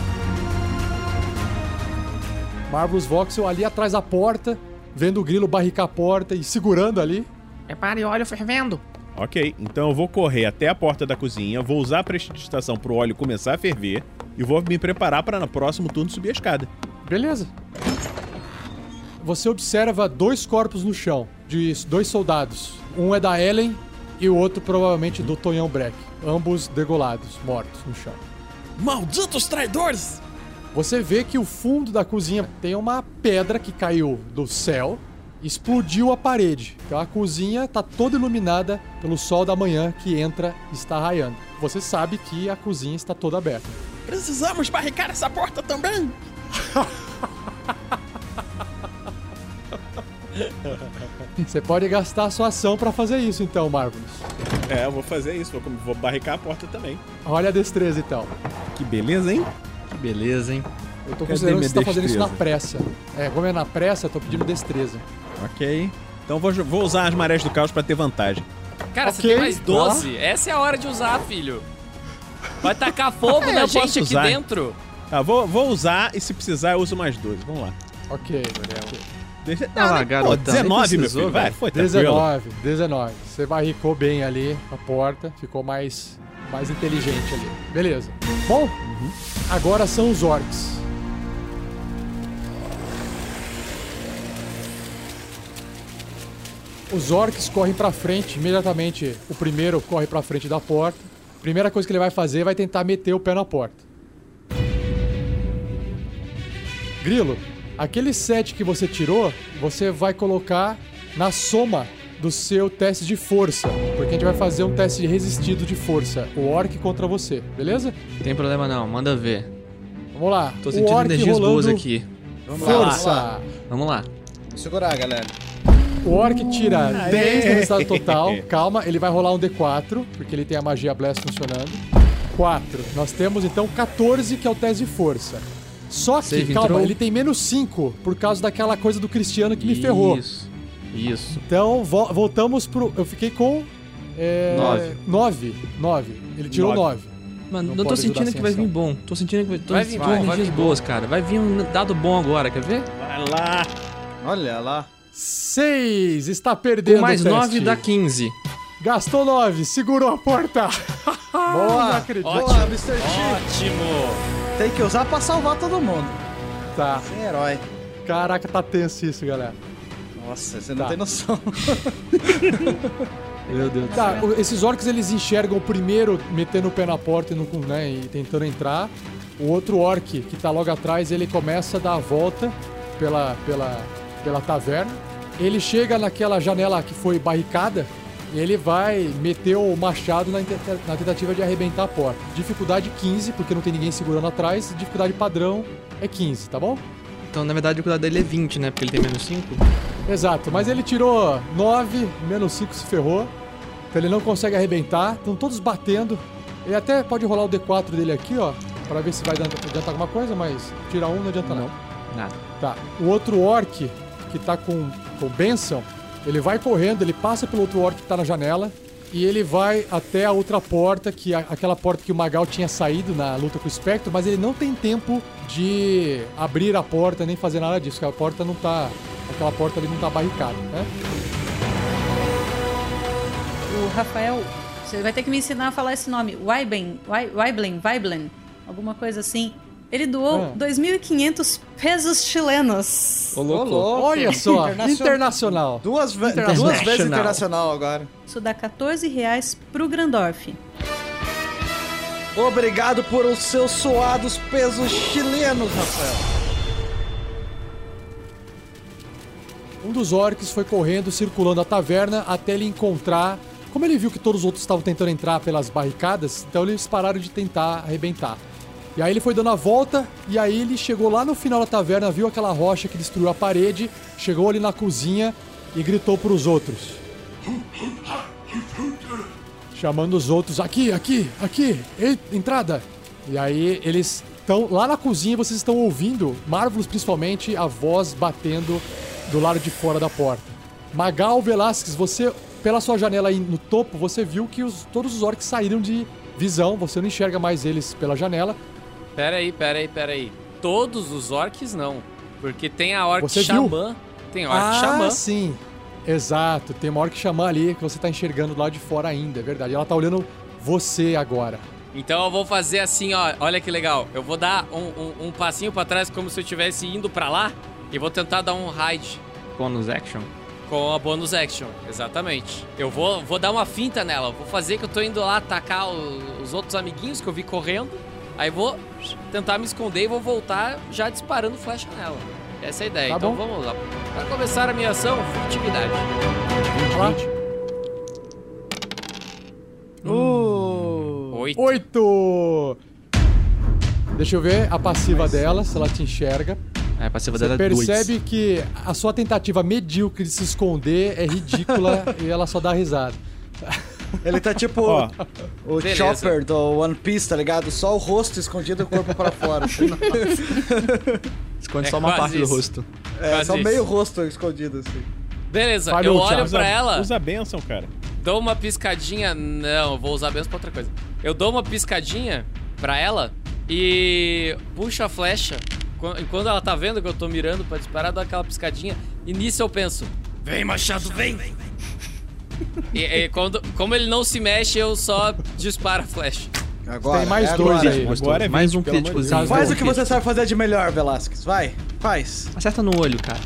Marvelous Voxel ali atrás da porta, vendo o grilo barricar a porta e segurando ali. Prepare óleo fervendo. Ok, então eu vou correr até a porta da cozinha, vou usar a prestidigitação pro óleo começar a ferver e vou me preparar para no próximo turno subir a escada. Beleza. Você observa dois corpos no chão, de dois soldados. Um é da Ellen e o outro provavelmente do Tonhão Breck. Ambos degolados, mortos no chão. Malditos traidores! Você vê que o fundo da cozinha tem uma pedra que caiu do céu, explodiu a parede. Então a cozinha está toda iluminada pelo sol da manhã que entra e está raiando. Você sabe que a cozinha está toda aberta. Precisamos barricar essa porta também! Você pode gastar a sua ação para fazer isso então, Marvelous. É, eu vou fazer isso, vou, vou barricar a porta também. Olha a destreza então. Que beleza, hein? Que beleza, hein? Eu tô considerando que você tá fazendo isso na pressa. É, como é na pressa, eu tô pedindo destreza. Ok. Então vou, vou usar as marés do caos pra ter vantagem. Cara, Ok, você tem mais doze. tá. Essa é a hora de usar, filho. Vai tacar fogo É, na eu gente posso aqui usar. dentro. Tá, vou, vou usar e se precisar eu uso mais dois. Vamos lá. Ok. Deixa... Ah, Não, né? garota, Pô, dezenove, nem meu precisou, filho. Vai, velho. foi tranquilo. dezenove, dezenove. Você barricou bem ali a porta, ficou mais, mais inteligente ali. Beleza. Bom, agora são os orcs. Os orcs correm pra frente, imediatamente o primeiro corre pra frente da porta. Primeira coisa que ele vai fazer vai tentar meter o pé na porta. Grilo, aquele sete que você tirou, você vai colocar na soma do seu teste de força. Porque a gente vai fazer um teste de resistido de força. O orc contra você, beleza? Tem problema não, manda ver. Vamos lá. Tô o sentindo orc energias rolando boas aqui. Vamos lá, força. vamos lá. Vamos lá. Vou segurar, galera. O orc tira dez no estado total. Calma, ele vai rolar um D quatro, porque ele tem a magia Blast funcionando. quatro. Nós temos então quatorze, que é o teste de força. Só que, Save calma, entrou. ele tem menos cinco, por causa daquela coisa do Cristiano que me ferrou. Isso, isso. Então, vo- voltamos pro... Eu fiquei com... É, Nove. nove. nove. Ele tirou Nove. nove. Mano, Não eu tô pode sentindo ajudar que vai sem vir bom. Tô sentindo que vai, tô Vai sentindo vir bom, vai energias vir boas, cara. Vai vir um dado bom agora, quer ver? Vai lá. Olha lá. seis. Está perdendo Com mais o teste. nove dá quinze. Gastou nove. Segurou a porta. Não Boa. acredito. Boa, mister T. Ótimo. Tem que usar pra salvar todo mundo. Tá. Sem herói. Caraca, tá tenso isso, galera. Nossa, você não Tá. tem noção. Meu Deus. Tá, o- esses orcs eles enxergam o primeiro metendo o pé na porta e, não, né, e tentando entrar. O outro orc que tá logo atrás, ele começa a dar a volta pela, pela, pela taverna. Ele chega naquela janela que foi barricada e ele vai meter o machado na, inte- na tentativa de arrebentar a porta. Dificuldade quinze, porque não tem ninguém segurando atrás. Dificuldade padrão é quinze, tá bom? Então, na verdade, o cuidado dele é vinte, né? Porque ele tem menos cinco. Exato, mas ele tirou nove, menos cinco se ferrou. Então ele não consegue arrebentar. Estão todos batendo. Ele até pode rolar o D quatro dele aqui, ó. Pra ver se vai adiantar adiantar alguma coisa, mas tira um não adianta não. Nada. Tá, o outro orc que tá com, com Benção, ele vai correndo, ele passa pelo outro orc que tá na janela. E ele vai até a outra porta, que é aquela porta que o Magal tinha saído na luta com o Espectro, mas ele não tem tempo de abrir a porta nem fazer nada disso, porque a porta não tá... Aquela porta ali não tá barricada, né? O Rafael, você vai ter que me ensinar a falar esse nome. Wyben, Wy- Wyblen, Wyblen, alguma coisa assim. Ele doou Ah. dois mil e quinhentos pesos chilenos. Ô, louco. Olha só, Internacional. internacional. Duas, ve Internacional. duas vezes internacional agora. Isso dá quatorze reais pro Grandorf. Obrigado por os seus suados pesos chilenos, Rafael. Um dos orcs foi correndo, circulando a taverna, até ele encontrar... Como ele viu que todos os outros estavam tentando entrar pelas barricadas, então eles pararam de tentar arrebentar. E aí ele foi dando a volta, e aí ele chegou lá no final da taverna, viu aquela rocha que destruiu a parede, chegou ali na cozinha e gritou pros outros. Chamando os outros, aqui, aqui, aqui, ei, entrada. E aí eles estão lá na cozinha e vocês estão ouvindo, Marvelous principalmente, a voz batendo do lado de fora da porta. Magal Velasquez, você, pela sua janela aí no topo, você viu que os, todos os orcs saíram de, visão, você não enxerga mais eles pela janela. Pera aí, pera aí, pera aí. Todos os orcs não. Porque tem a orc Você xamã. viu? Tem orc ah, xamã. sim. Exato. Tem uma orc xamã ali que você tá enxergando do lado de fora ainda, é verdade. Ela tá olhando você agora. Então eu vou fazer assim, ó. Olha que legal. Eu vou dar um, um, um passinho pra trás como se eu estivesse indo pra lá. E vou tentar dar um hide. Bonus action? Com a bonus action, exatamente. Eu vou, vou dar uma finta nela. Vou fazer que eu tô indo lá atacar o, os outros amiguinhos que eu vi correndo. Aí vou tentar me esconder e vou voltar já disparando flecha nela. Essa é a ideia. Tá então bom. vamos lá. Pra começar a minha ação, furtividade. vinte. Uh. Oito. Oito! Deixa eu ver a passiva dela, se ela te enxerga. É, a passiva Você dela é dois. percebe que a sua tentativa medíocre de se esconder é ridícula e ela só dá risada. Ele tá tipo Ó, o beleza. Chopper do One Piece, tá ligado? Só o rosto escondido e o corpo pra fora. assim. Esconde É só uma quase parte isso. do rosto. É, Quase só isso. meio rosto escondido, assim. Beleza, Falhou, eu olho Thiago. usa, pra ela, usa a benção, cara. dou uma piscadinha. Não, eu vou usar mesmo pra outra coisa. Eu dou uma piscadinha pra ela e puxo a flecha. Qu- Enquanto ela tá vendo que eu tô mirando pra disparar, dou aquela piscadinha. E nisso eu penso: Vem, machado, vem! e, e quando, como ele não se mexe, eu só disparo a flecha. Agora, Tem mais é dois agora. aí. Agora é Mais vinte, um pelo amor de críticozinho. Deus. Faz Um o que você sabe fazer de melhor, Velasquez. Vai, faz. Acerta no olho, cara.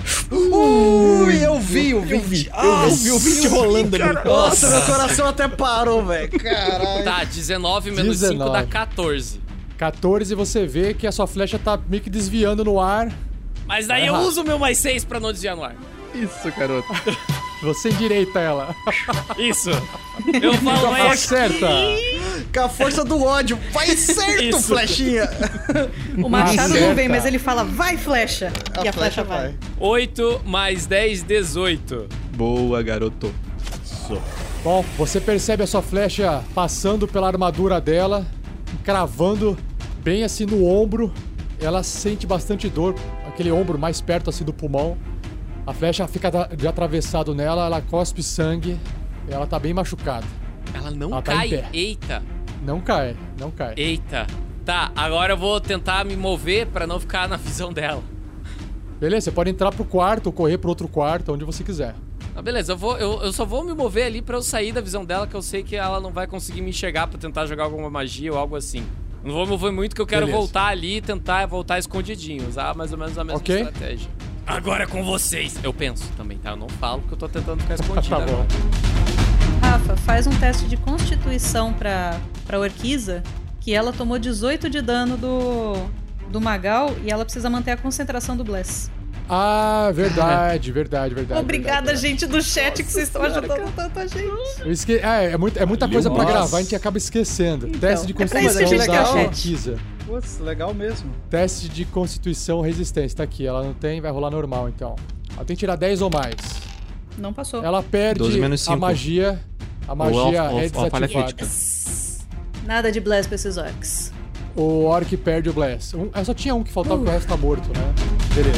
Ui, eu vi o vinte. Ah, Eu vi o vinte rolando ali. Nossa, meu coração até parou, velho. Caralho. Tá, dezenove menos cinco dezenove. dá quatorze. quatorze, você vê que a sua flecha tá meio que desviando no ar. Mas daí Vai eu errar. uso o meu mais seis pra não desviar no ar. Isso, garoto. Você endireita ela. Isso. Eu falo, mas Acerta. Com a força do ódio. Vai certo, Isso. flechinha. O machado Acerta. não vem, mas ele fala, vai flecha. e a flecha vai. oito mais dez, dezoito. Boa, garoto. Bom, você percebe a sua flecha passando pela armadura dela, cravando bem assim no ombro. Ela sente bastante dor, aquele ombro mais perto assim do pulmão. A flecha fica da- de atravessado nela, ela cospe sangue. E ela tá bem machucada. Ela não Ela tá em cai. pé. Eita. Não cai, não cai. Eita. Tá, agora eu vou tentar me mover pra não ficar na visão dela. Beleza, você pode entrar pro quarto ou correr pro outro quarto, onde você quiser. Ah, beleza, eu, vou, eu, eu só vou me mover ali pra eu sair da visão dela, que eu sei que ela não vai conseguir me enxergar pra tentar jogar alguma magia ou algo assim. Não vou me mover muito, que eu quero Beleza. voltar ali e tentar voltar escondidinho. Usar mais ou menos a mesma Ok. estratégia. Agora é com vocês! Eu penso também, tá? Eu não falo porque eu tô tentando ficar escondido Tá bom. agora. Rafa, faz um teste de constituição pra, pra Orquiza, que ela tomou dezoito de dano do, do Magal e ela precisa manter a concentração do Bless. Ah, verdade, verdade, verdade. Obrigada, verdade, gente do chat, que vocês estão ajudando tanta gente. Eu esque... ah, é, muito, é muita coisa pra Nossa. gravar, a gente acaba esquecendo. Teste de é pra isso que a constituição gente da quer o chat. Orquiza. Putz, legal mesmo. Teste de constituição resistência, tá aqui. Ela não tem, vai rolar normal então. Ela tem que tirar dez ou mais. Não passou. Ela perde doze menos a cinco. magia. A magia Ou- ou- é ou falha desativada. crítica. Nada de Bless pra esses orcs. O Orc perde o Bless. Um, é, só tinha um que faltava, porque o resto tá morto, né? Beleza.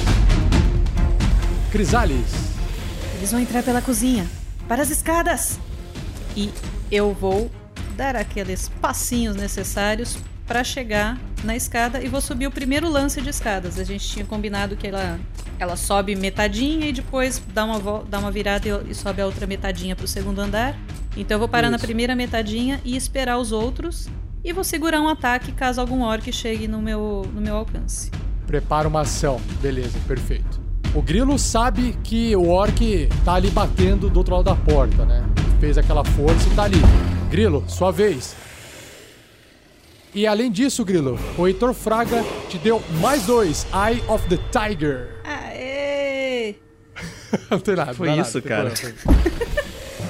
Crisales. Eles vão entrar pela cozinha. Para as escadas! E eu vou dar aqueles passinhos necessários pra chegar na escada e vou subir o primeiro lance de escadas. A gente tinha combinado que ela, ela sobe metadinha e depois dá uma, vol- dá uma virada e, e sobe a outra metadinha pro segundo andar. Então eu vou parar na Isso. primeira metadinha e esperar os outros. E vou segurar um ataque caso algum orc chegue no meu, no meu alcance. Prepara uma ação. Beleza, perfeito. O Grilo sabe que o Orc tá ali batendo do outro lado da porta, né? Fez aquela força e tá ali. Grilo, sua vez. E além disso, Grilo, o Heitor Fraga te deu mais dois. Eye of the Tiger. Aê! Não tem nada. Foi não é isso, nada, cara. tem problema.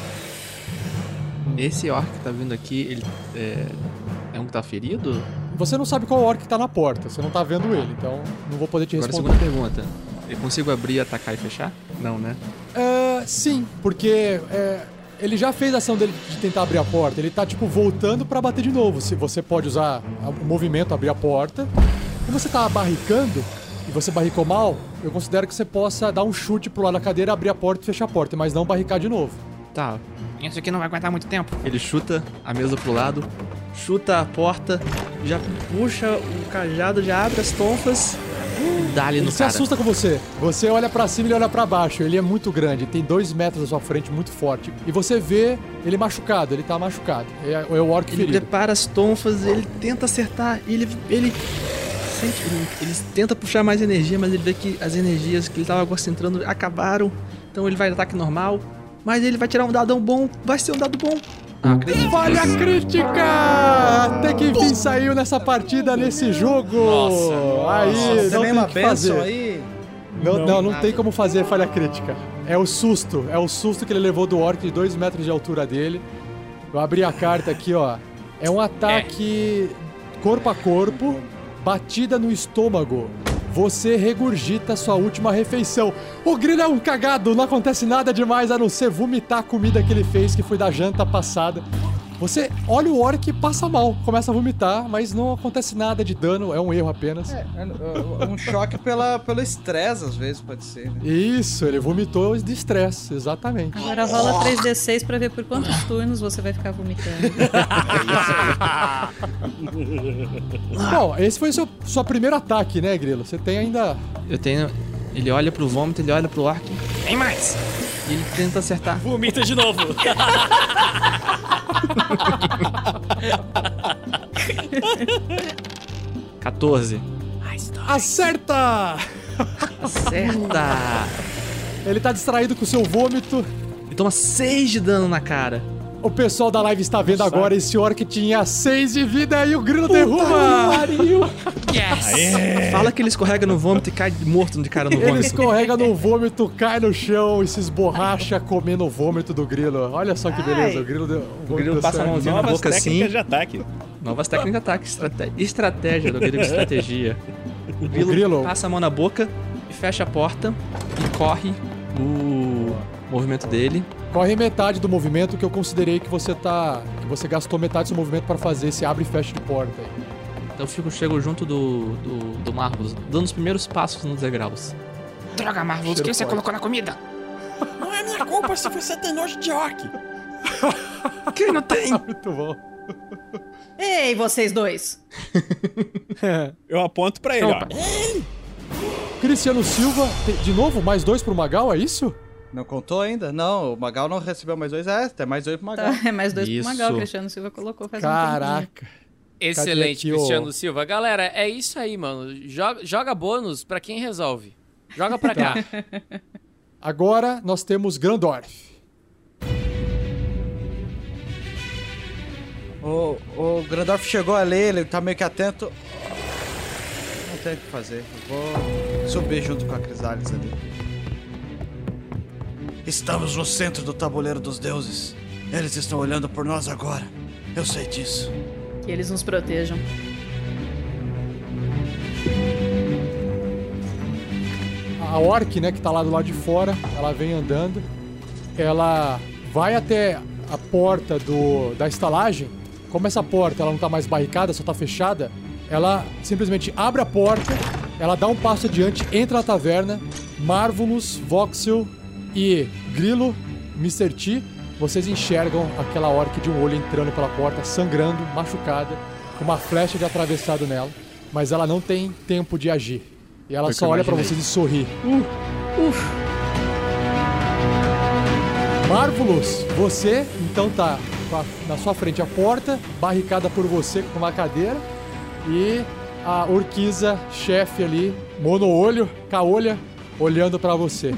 Esse orc que tá vindo aqui, ele é, é um que tá ferido? Você não sabe qual Orc tá na porta. Você não tá vendo ele, então não vou poder te Agora, responder. segunda pergunta. Eu consigo abrir, atacar e fechar? Não, né? É, sim, porque é, ele já fez a ação dele de tentar abrir a porta. Ele tá, tipo, voltando pra bater de novo. Se você pode usar o movimento, abrir a porta. Como você tá barricando e você barricou mal, eu considero que você possa dar um chute pro lado da cadeira, abrir a porta e fechar a porta, mas não barricar de novo. Tá. Isso aqui não vai aguentar muito tempo. Ele chuta a mesa pro lado, chuta a porta, já puxa o cajado, já abre as tonfas e dá ali no Ele se cara. assusta com você. Você olha pra cima e ele olha pra baixo. Ele é muito grande, tem dois metros à sua frente, muito forte. E você vê ele machucado, ele tá machucado. É, é o orc Ele ferido. prepara as tonfas, ele tenta acertar, e ele... ele... Sente, ele, ele tenta puxar mais energia, mas ele vê que as energias que ele tava concentrando acabaram. Então ele vai no ataque normal. Mas ele vai tirar um dadão bom. Vai ser um dado bom. Ah, acredito. Falha crítica! Até que enfim saiu nessa partida, nesse jogo. Nossa. Aí, Nossa, não tem tem uma o que benção fazer. aí. Não, não, não, nada. tem como fazer falha crítica. É o susto. É o susto que ele levou do orc de dois metros de altura dele. Eu abri a carta aqui, ó. É um ataque corpo a corpo, batida no estômago. Você regurgita sua última refeição. O grilo é um cagado, não acontece nada demais a não ser vomitar a comida que ele fez, que foi da janta passada. Você olha o orc e passa mal, começa a vomitar, mas não acontece nada de dano, é um erro apenas. É, é um choque pela, pelo estresse, às vezes, pode ser, né? Isso, ele vomitou de estresse, exatamente. Agora rola três D seis pra ver por quantos turnos você vai ficar vomitando. Bom, esse foi o seu, seu primeiro ataque, né, Grilo? Você tem ainda... Eu tenho... Ele olha pro vômito, ele olha pro orc. Tem mais. E ele tenta acertar. Vomita de novo. quatorze. Acerta! Acerta! Ele tá distraído com o seu vômito. E toma seis de dano na cara. O pessoal da live está vendo agora, esse orc tinha seis de vida e o grilo derruba! Yes. Fala que ele escorrega no vômito e cai morto de cara no Ele vômito. escorrega no vômito, cai no chão e se esborracha comendo o vômito do grilo. Olha só que beleza, o grilo deu. O grilo passa a mãozinha na Novas boca assim. técnicas de ataque. Novas técnicas de ataque. Estrate... Estratégia do grilo de estratégia. O grilo, grilo- passa a mão na boca e fecha a porta e corre o movimento dele. Corre metade do movimento que eu considerei que você tá. Que você gastou metade do seu movimento para fazer esse abre e fecha de porta aí. Então eu fico, chego junto do, do, do Marvelous, dando os primeiros passos nos degraus. Droga, Marvelous, o que você colocou na comida? Não é minha culpa se você tem nojo de orc. Quem não tem? Muito bom. Ei, vocês dois! Eu aponto pra ele, Opa. ó. Cristiano Silva, tem- de novo, mais dois pro Magal, é isso? Não contou ainda? Não, o Magal não recebeu mais dois. É, tem mais dois pro Magal. Tá, é mais dois Isso. pro Magal, o Cristiano Silva colocou faz um tempinho. Caraca. Excelente, aqui o- Cristiano Silva. Galera, é isso aí, mano. Joga, joga bônus pra quem resolve. Joga pra cá. Agora nós temos Grandorf. O, o Grandorf chegou ali, ele tá meio que atento. Não tem o que fazer. Eu vou subir junto com a Crisales ali. Estamos no centro do tabuleiro dos deuses. Eles estão olhando por nós agora. Eu sei disso. Que eles nos protejam. A orc, né, que tá lá do lado de fora, ela vem andando. Ela vai até a porta do, da estalagem. Como essa porta ela não tá mais barricada, só tá fechada, ela simplesmente abre a porta, ela dá um passo adiante, entra na taverna. Marvelous, Voxel e Grilo, mister T, vocês enxergam aquela orc de um olho entrando pela porta, sangrando, machucada, com uma flecha de atravessado nela, mas ela não tem tempo de agir. E ela Foi o que só eu olha pra imaginei. vocês e sorri. Marvelous, você então tá com a- na sua frente a porta, barricada por você com uma cadeira, e a Urquiza, chefe ali, mono-olho, caolha, olhando pra você.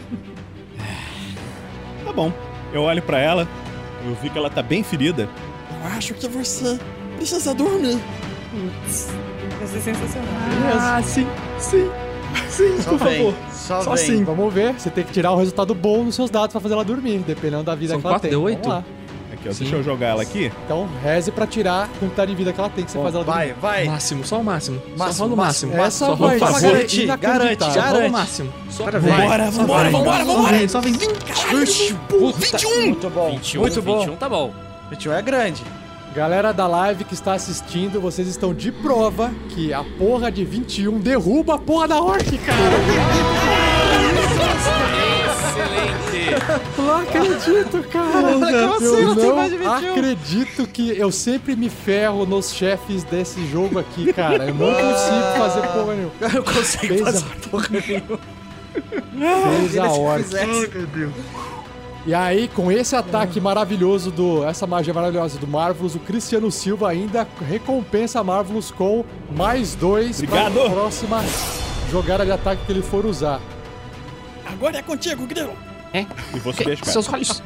Tá bom. Eu olho pra ela, eu vi que ela tá bem ferida. Eu acho que você precisa dormir. Vai ser sensacional. Ah, sim, sim, sim, Só por vem, favor. só, Só vem. sim. Vamos ver, você tem que tirar um resultado bom nos seus dados pra fazer ela dormir, dependendo da vida São que ela quatro tem. D oito? Vamos lá. Aqui, ó, Sim. deixa eu jogar ela aqui. Então, reze pra tirar a quantidade de vida que ela tem, que você faz ela Vai, dormir. vai. Máximo, só o máximo. Máximo, só rola o máximo, máximo. Essa só vai rola o Só ser máximo. garantir, garante, inacreditável. Só rola o garante. máximo. Só Bora, vem. Vambora, vambora, vambora, Só vambora. vem, só vem. vinte e um. Muito bom, vinte e um, muito bom. vinte e um tá bom. vinte e um é grande. Galera da live que está assistindo, vocês estão de prova que a porra de vinte e um derruba a porra da orc, cara! Excelente. Não acredito, cara. Como assim? Eu Não tem não mais de vinte e um. acredito que eu sempre me ferro nos chefes desse jogo aqui, cara. Eu não consigo fazer porra nenhuma. Eu não consigo Fez fazer a- porra nenhuma. Fez a Se orc. fizesse. Meu Deus. E aí, com esse ataque maravilhoso, do essa magia maravilhosa do Marvelous, o Cristiano Silva ainda recompensa a Marvelous com mais dois Obrigado. pra próxima jogada de ataque que ele for usar. Agora é contigo, Grilo. É? E vou subir as Que- escadas. Seus olhos.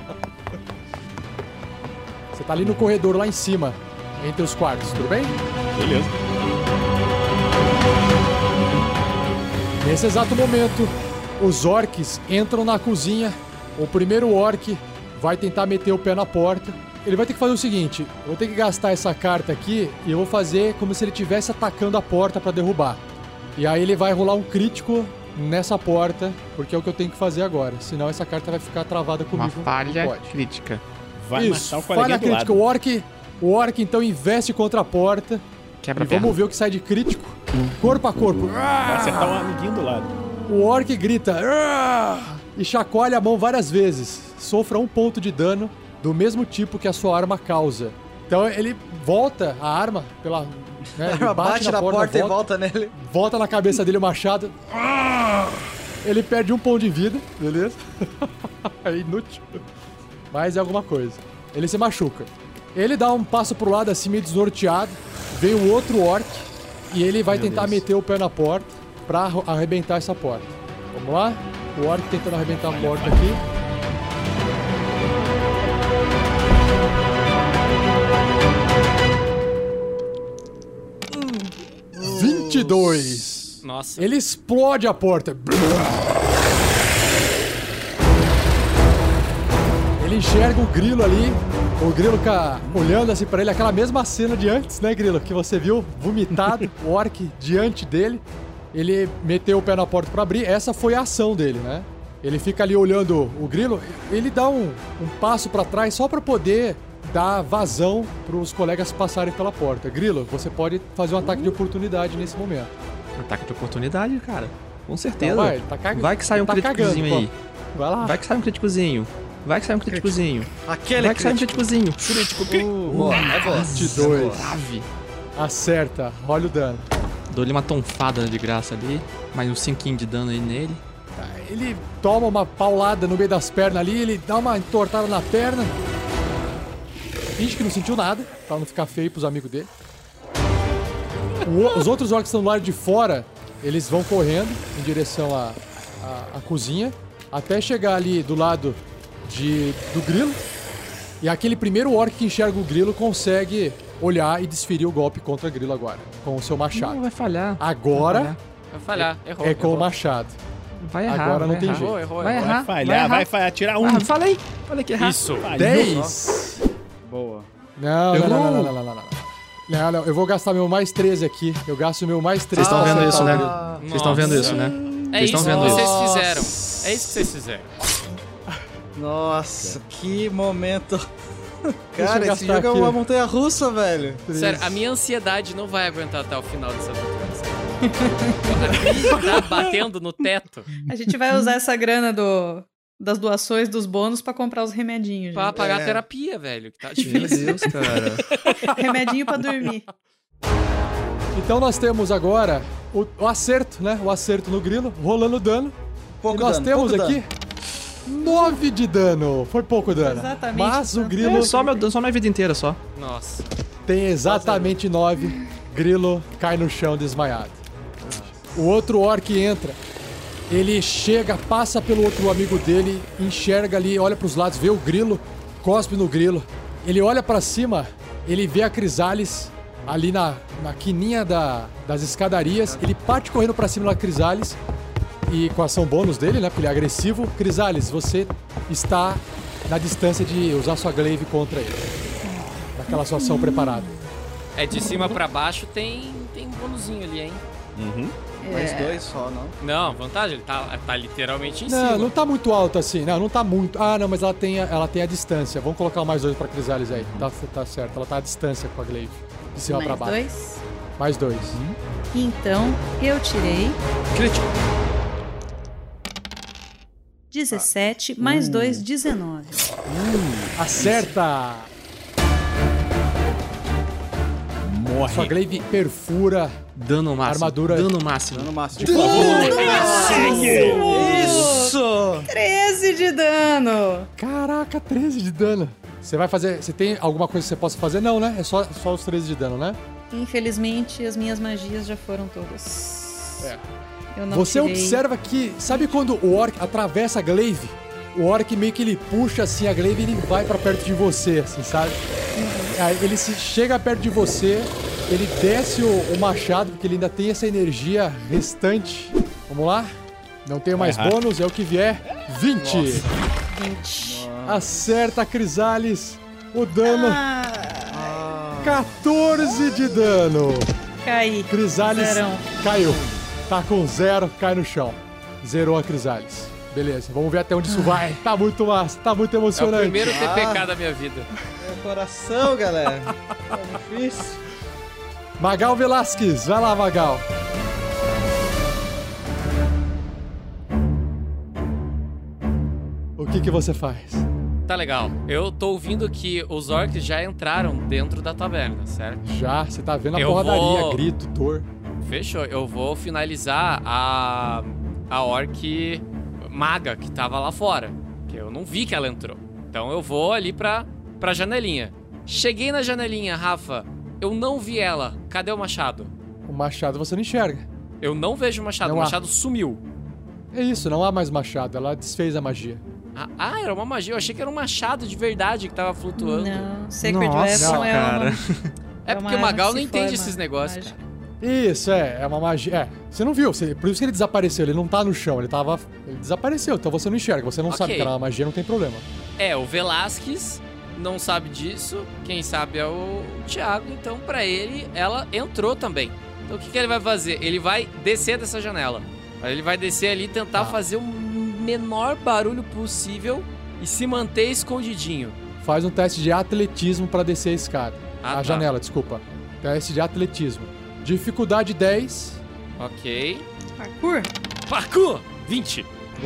Você tá ali no corredor, lá em cima, entre os quartos, tudo bem? Beleza. Nesse exato momento, os orcs entram na cozinha. O primeiro orc vai tentar meter o pé na porta. Ele vai ter que fazer o seguinte: eu vou ter que gastar essa carta aqui e eu vou fazer como se ele estivesse atacando a porta pra derrubar. E aí ele vai rolar um crítico nessa porta, porque é o que eu tenho que fazer agora. Senão essa carta vai ficar travada Uma comigo. Não falha pode. crítica. Vai Isso, matar o coleguinha falha do crítica. lado. O orc, o orc então investe contra a porta. Quebra E a perna. vamos ver o que sai de crítico. Corpo a corpo. Vai acertar um amiguinho do lado. O orc grita "Ah!" e chacoalha a mão várias vezes. Sofra um ponto de dano do mesmo tipo que a sua arma causa. Então ele volta a arma pela. Né, ele Bate, na porta, e volta nele. Volta na cabeça dele o machado. Ele perde um ponto de vida, beleza? É inútil. Mas é alguma coisa. Ele se machuca. Ele dá um passo pro lado assim, meio desnorteado. Vem o outro orc e ele vai Meu tentar Deus. meter o pé na porta pra arro- arrebentar essa porta. Vamos lá? O orc tentando arrebentar a porta aqui. vinte e dois. Nossa. Ele explode a porta. Ele enxerga o grilo ali. O grilo fica olhando assim pra ele. Aquela mesma cena de antes, né, grilo? Que você viu vomitado, o orc diante dele. Ele meteu o pé na porta pra abrir. Essa foi a ação dele, né? Ele fica ali olhando o grilo. Ele dá um, um passo pra trás só pra poder dar vazão pros colegas passarem pela porta. Grilo, você pode fazer um ataque de oportunidade nesse momento. Ataque de oportunidade, cara. Com certeza. Então vai, ele tá cagando. Vai que sai um Tá críticozinho cagando, aí. Vai lá. Vai que sai um críticozinho. Vai que sai um críticozinho. Aquele Vai que sai um críticozinho. Crítico, crítico. Boa, é boa. vinte e dois. Trave. Acerta. Olha o dano. Dou-lhe uma tonfada de graça ali. Mais um cinquinho de dano aí nele. Tá, ele toma uma paulada no meio das pernas ali, ele dá uma entortada na perna. Finge que não sentiu nada, pra não ficar feio pros amigos dele. O- os outros orcs que estão do lado de fora, eles vão correndo em direção à, à, à cozinha, até chegar ali do lado de, do grilo. E aquele primeiro orc que enxerga o grilo consegue olhar e desferir o golpe contra o grilo agora, com o seu machado. Não, vai falhar. Agora Vai falhar. Errou. é com errou. o machado. Vai errar. Agora não vai tem errar. jeito. Errou, errou, Vai errou. errar. Vai falhar, vai errar. falhar. Tirar um. Ah, falei. Falei que errar. Isso. dez. Boa. Não, não, Errou. não, não, não, não, não, não. Não, não, eu vou gastar meu mais treze aqui. Eu gasto meu mais treze. Vocês estão pra vendo acertar isso, o né? grilo. Vocês estão vendo isso, né? É Vocês isso estão que vendo vocês isso. fizeram. É isso que vocês fizeram. Nossa, que momento. Deixa Cara, eu esse gastar jogo é aqui. uma montanha russa, velho. Sério, a minha ansiedade não vai aguentar até o final dessa aventura. sério. A minha tá batendo no teto A gente vai usar essa grana do, das doações dos bônus pra comprar os remedinhos. pra gente. pagar É. a terapia, velho. Que tá Meu difícil. Deus, cara. Remedinho pra dormir. Então nós temos agora o, o acerto, né? O acerto no grilo, rolando dano. Pouco e nós dano, temos pouco aqui nove de dano. Foi pouco dano. Exatamente. Mas o grilo É, só, meu, só minha vida inteira, só. Nossa. tem exatamente nove. Grilo cai no chão desmaiado. O outro orc entra. Ele chega, passa pelo outro amigo dele, enxerga ali, olha pros lados, vê o grilo, cospe no grilo. Ele olha pra cima, ele vê a Crisales ali na, na quininha da, das escadarias. Ele parte correndo pra cima da Crisales e com a ação bônus dele, né? Porque ele é agressivo. Crisales, você está na distância de usar sua glaive contra ele. Naquela sua ação preparada. É de cima pra baixo, tem, tem um bonuzinho ali, hein? Uhum. Mais dois só, não? Não, vantagem, ele tá, tá literalmente em Não, cima. não tá muito alto assim. Não, não tá muito. Ah, não, mas ela tem a, ela tem a distância. Vamos colocar mais dois pra Crisales aí. Tá, tá certo. Ela tá à distância com a glaive. De cima pra Mais baixo. dois. Mais dois. Então, eu tirei Crítico. dezessete, mais dois, dezenove. Hum, acerta! Morre. Sua glaive perfura Dano máximo. armadura. Dano máximo. Dano máximo. De favor. Isso! treze de dano. Caraca, treze de dano. Você vai fazer... Você tem alguma coisa que você possa fazer? Não, né? É só, só os treze de dano, né? Infelizmente, as minhas magias já foram todas. É. Eu não Você tirei. observa que... Sabe quando o orc atravessa a glaive? O orc meio que ele puxa assim a glaive e ele vai pra perto de você, assim, sabe? Aí ele se chega perto de você, ele desce o, o machado, porque ele ainda tem essa energia restante. Vamos lá? Não tenho mais Vai errar. bônus, é o que vier. vinte. vinte. Acerta a Crisales. O dano... Ah, quatorze de dano. caí. Crisales Zerão. caiu. Tá com zero, cai no chão. Zerou a Crisales. Beleza, vamos ver até onde isso vai. Tá muito massa, tá muito É o emocionante. primeiro T P K da minha vida. Meu coração, galera. Tá difícil. Magal Velasquez, vai lá, Magal. O que que você faz? Tá legal. Eu tô ouvindo que os orcs já entraram dentro da taverna, certo? Já, você tá vendo a Eu porradaria, vou- grito, dor. Fechou. Eu vou finalizar a, a orc maga que tava lá fora. Que eu não vi que ela entrou. Então eu vou ali pra, pra janelinha. Cheguei na janelinha, Rafa. Eu não vi ela. Cadê o machado? O machado você não enxerga. Eu não vejo o machado. Não o há. machado sumiu. É isso, não há mais machado, ela desfez a magia. Ah, ah, era uma magia. Eu achei que era um machado de verdade que tava flutuando. Não, Sacred Nossa, Weapon é cara. uma... É é porque uma o Magal arma não que se entende forma esses negócios, mágica. cara. Isso, é, é uma magia. É, você não viu, você- por isso que ele desapareceu, ele não tá no chão, ele tava. Ele desapareceu, então você não enxerga, você não Ok. sabe que era uma magia, não tem problema. É, o Velasquez não sabe disso. Quem sabe é o Thiago. Então, pra ele, ela entrou também. Então, o que, que ele vai fazer? Ele vai descer dessa janela. Aí ele vai descer ali e tentar Tá. fazer o menor barulho possível e se manter escondidinho. Faz um teste de atletismo pra descer a escada. Ah, a tá. janela, desculpa. Teste de atletismo. Dificuldade dez. Ok. Parkour? Parkour! vinte.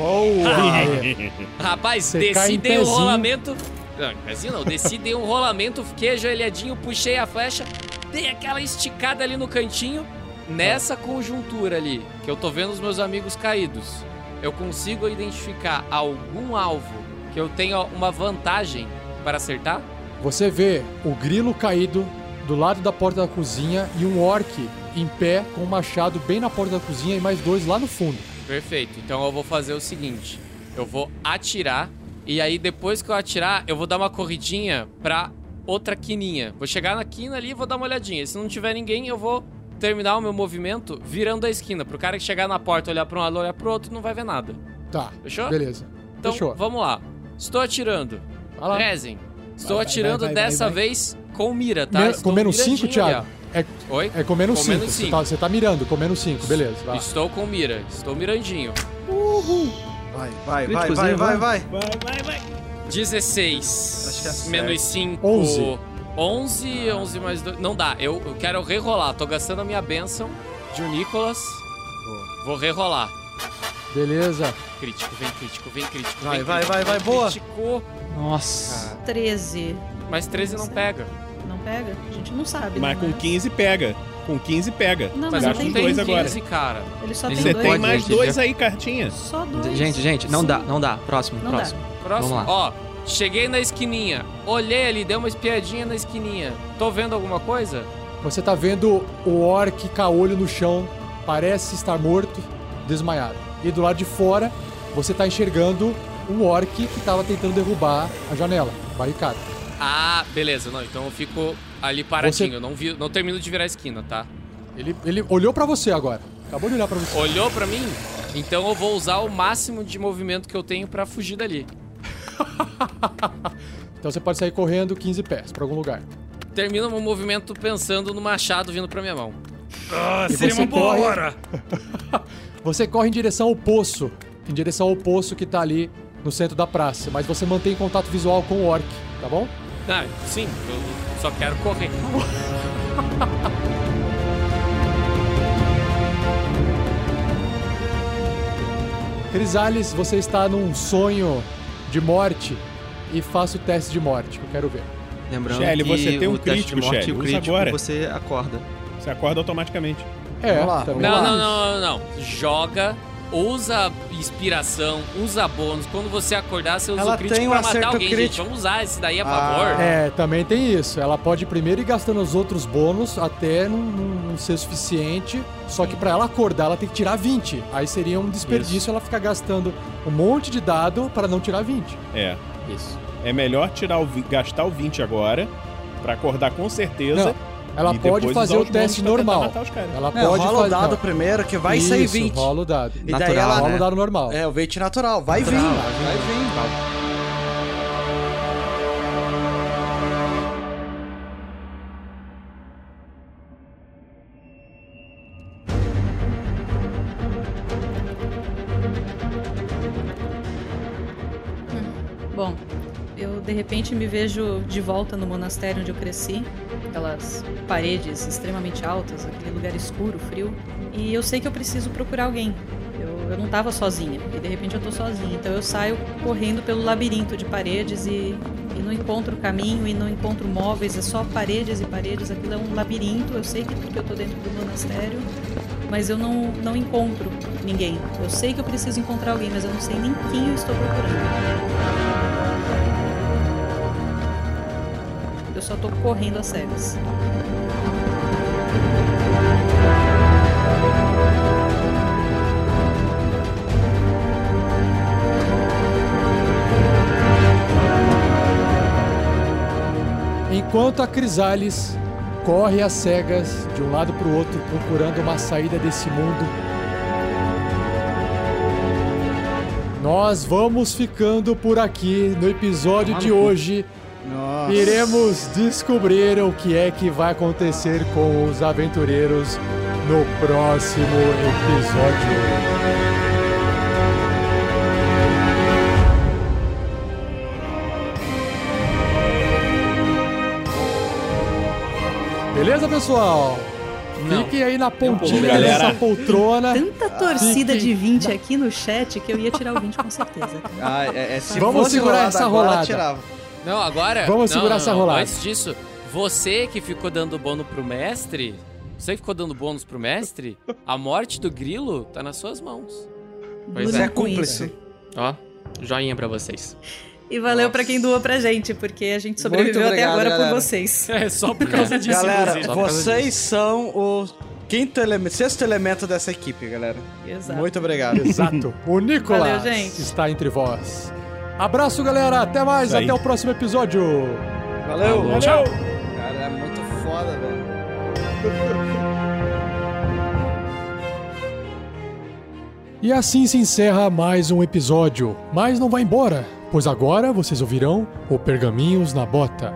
Boa! Aê. Rapaz, Você cai desci, em dei um pezinho. rolamento. Não, em pezinho não. Desci, dei um rolamento, fiquei ajoelhadinho, puxei a flecha, dei aquela esticada ali no cantinho. Nessa conjuntura ali, que eu tô vendo os meus amigos caídos, eu consigo identificar algum alvo que eu tenha uma vantagem para acertar? Você vê o grilo caído do lado da porta da cozinha e um orc em pé com um machado bem na porta da cozinha e mais dois lá no fundo. Perfeito. Então eu vou fazer o seguinte: eu vou atirar e aí depois que eu atirar, eu vou dar uma corridinha pra outra quininha. Vou chegar na quina ali e vou dar uma olhadinha. Se não tiver ninguém, eu vou terminar o meu movimento virando a esquina. Pro cara que chegar na porta, olhar pra um lado, olhar pro outro, não vai ver nada. Tá, Fechou? beleza. Então, Fechou. vamos lá. Estou atirando. Vai lá. Rezem. Estou Vai, vai, atirando vai, vai, dessa vai, vai. vez com mira, tá? Men- Estou com menos cinco, miradinho Thiago? ali, É, ó. Oi? é com menos Com cinco. menos Você cinco. tá, você tá mirando com menos cinco, beleza. Vai. Estou com mira. Estou mirandinho. Vai, vai, vai, vai, Críticozinho, vai, vai. vai. dezesseis. Acho que acerta. Menos cinco. onze. onze, onze mais dois. Não dá, eu, eu quero rerolar. Tô gastando a minha bênção de um Nicolas. Vou rerolar. Beleza. Crítico, vem crítico, vem crítico. Vai, vem vai, crítico, vai, vai, vem boa. Crítico. Nossa. treze. Mas treze não pega. Não pega? A gente não sabe, Mas né? com quinze pega. Com quinze pega. Não, Mas mas eu Gasta não não com tem dois tenho agora. quinze, cara. Ele só Ele tem Você dois. tem mais gente, dois já- aí, cartinhas. Só dois. Gente, gente, não Sim. dá, não dá. Próximo, Não próximo. Próximo. Vamos Ó, cheguei na esquininha. Olhei ali, dei uma espiadinha na esquininha. Tô vendo alguma coisa? Você tá vendo o orc caolho no chão, parece estar morto, desmaiado. E do lado de fora, você tá enxergando um orc que tava tentando derrubar a janela, barricada. Ah, beleza. Não, então eu fico ali paradinho. Você- Eu não, vi, não termino de virar a esquina, tá? Ele, ele olhou pra você agora. Acabou de olhar pra você. Olhou pra mim? Então eu vou usar o máximo de movimento que eu tenho pra fugir dali. Então você pode sair correndo quinze pés pra algum lugar. Termino meu movimento pensando no machado vindo pra minha mão. Ah, E você corre... Você corre em direção ao poço. Em direção ao poço que tá ali no centro da praça. Mas você mantém contato visual com o orc, tá bom? Ah, sim, eu só quero correr. Crisales, você está num sonho de morte e faça o teste de morte, que eu quero ver. Lembrando Shelly, que você tem um o teste crítico, de morte Shelly. e o Usa crítico agora. você acorda. Você acorda automaticamente. É, Vamos lá, também. Não, acho. não, não, não, não. Joga, usa inspiração, usa bônus. Quando você acordar, você usa Ela o crítico tem um pra matar acerto alguém, gente. crítico. Vamos usar esse daí a Ah. favor. É, também tem isso. Ela pode primeiro ir gastando os outros bônus até não, não- não ser suficiente. Só que pra ela acordar, ela tem que tirar vinte. Aí seria um desperdício Isso. ela ficar gastando um monte de dado pra não tirar vinte. É. Isso. É melhor tirar o, vi- gastar o vinte agora, pra acordar com certeza. Não, ela e pode depois fazer usar o os bônus teste pra tentar normal. matar os caras. Ela É, pode rola o fazer. dado não. primeiro, que vai Isso, sair vinte. rola o dado. E daí Natural, ela... Rola né? o dado normal. É, o vinte natural. Vai vir. Natural, Vai vir. Bom, eu de repente me vejo de volta no monastério onde eu cresci, aquelas paredes extremamente altas, aquele lugar escuro, frio, e eu sei que eu preciso procurar alguém. Eu, eu não tava sozinha, e de repente eu tô sozinha, então eu saio correndo pelo labirinto de paredes e, e não encontro caminho e não encontro móveis, é só paredes e paredes, aquilo é um labirinto, eu sei que porque eu tô dentro do monastério, mas eu não, não encontro ninguém. Eu sei que eu preciso encontrar alguém, mas eu não sei nem quem eu estou procurando. Eu só tô correndo às cegas. Enquanto a Crisales corre às cegas de um lado pro outro procurando uma saída desse mundo, nós vamos ficando por aqui no episódio de hoje. Nossa. Iremos descobrir o que é que vai acontecer com os aventureiros no próximo episódio. Beleza, pessoal? Não. Fiquem aí na pontinha pouco, galera. dessa poltrona. Tanta torcida Fique- de vinte aqui no chat que eu ia tirar o vinte com certeza. Ah, é, é, se Vamos fosse segurar rolada essa agora, rolada. tirava. Não, agora... Vamos não, segurar não, essa não. rolada. Antes disso, você que ficou dando bônus pro mestre, você que ficou dando bônus pro mestre, a morte do grilo tá nas suas mãos. Pois Durma é. com cúmplice. isso. Ó, joinha pra vocês. E valeu pra quem doou pra gente, porque a gente sobreviveu Muito até obrigado, agora galera. por vocês. É, só por causa disso, Galera, inclusive. Só por causa vocês são o quinto elemento, sexto elemento dessa equipe, galera. Exato. Muito obrigado. Exato. O Nicolas Valeu, gente. está entre vós. Abraço, galera. Até mais. Isso aí. Até o próximo episódio. Valeu. Falou. Tchau. Cara, é muito foda, velho. E assim se encerra mais um episódio. Mas não vai embora, pois agora vocês ouvirão o Pergaminhos na Bota.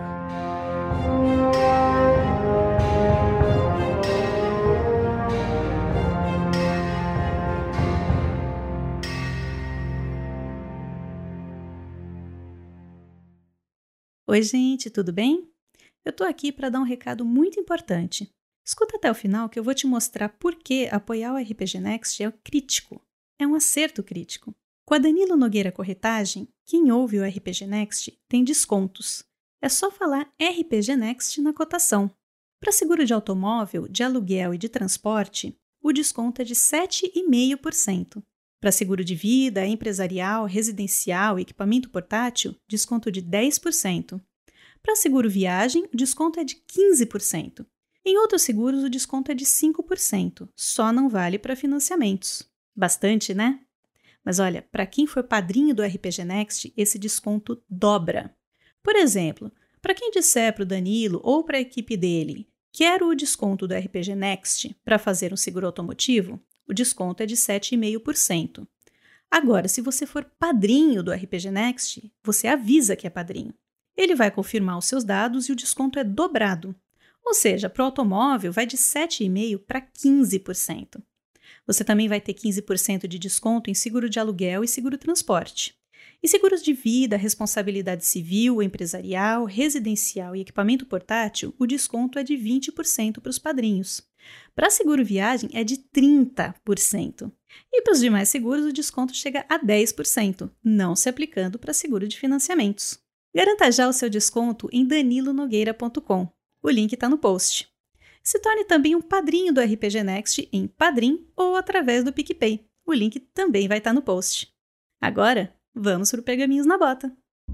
Oi, gente, tudo bem? Eu tô aqui para dar um recado muito importante. Escuta até o final que eu vou te mostrar por que apoiar o R P G Next é crítico. É um acerto crítico. Com a Danilo Nogueira Corretagem, quem ouve o R P G Next tem descontos. É só falar R P G Next na cotação. Para seguro de automóvel, de aluguel e de transporte, o desconto é de sete vírgula cinco por cento. Para seguro de vida, empresarial, residencial e equipamento portátil, desconto de dez por cento. Para seguro viagem, o desconto é de quinze por cento. Em outros seguros, o desconto é de cinco por cento. Só não vale para financiamentos. Bastante, né? Mas olha, para quem for padrinho do R P G Next, esse desconto dobra. Por exemplo, para quem disser para o Danilo ou para a equipe dele, quero o desconto do R P G Next para fazer um seguro automotivo, o desconto é de sete vírgula cinco por cento. Agora, se você for padrinho do R P G Next, você avisa que é padrinho. Ele vai confirmar os seus dados e o desconto é dobrado. Ou seja, para o automóvel vai de sete vírgula cinco por cento para quinze por cento. Você também vai ter quinze por cento de desconto em seguro de aluguel e seguro transporte. Em seguros de vida, responsabilidade civil, empresarial, residencial e equipamento portátil, o desconto é de vinte por cento para os padrinhos. Para seguro viagem é de trinta por cento. E para os demais seguros o desconto chega a dez por cento, não se aplicando para seguro de financiamentos. Garanta já o seu desconto em danilo nogueira ponto com. O link está no post. Se torne também um padrinho do R P G Next em Padrim ou através do PicPay. O link também vai estar no post. Agora, vamos para o Pergaminhos na Bota.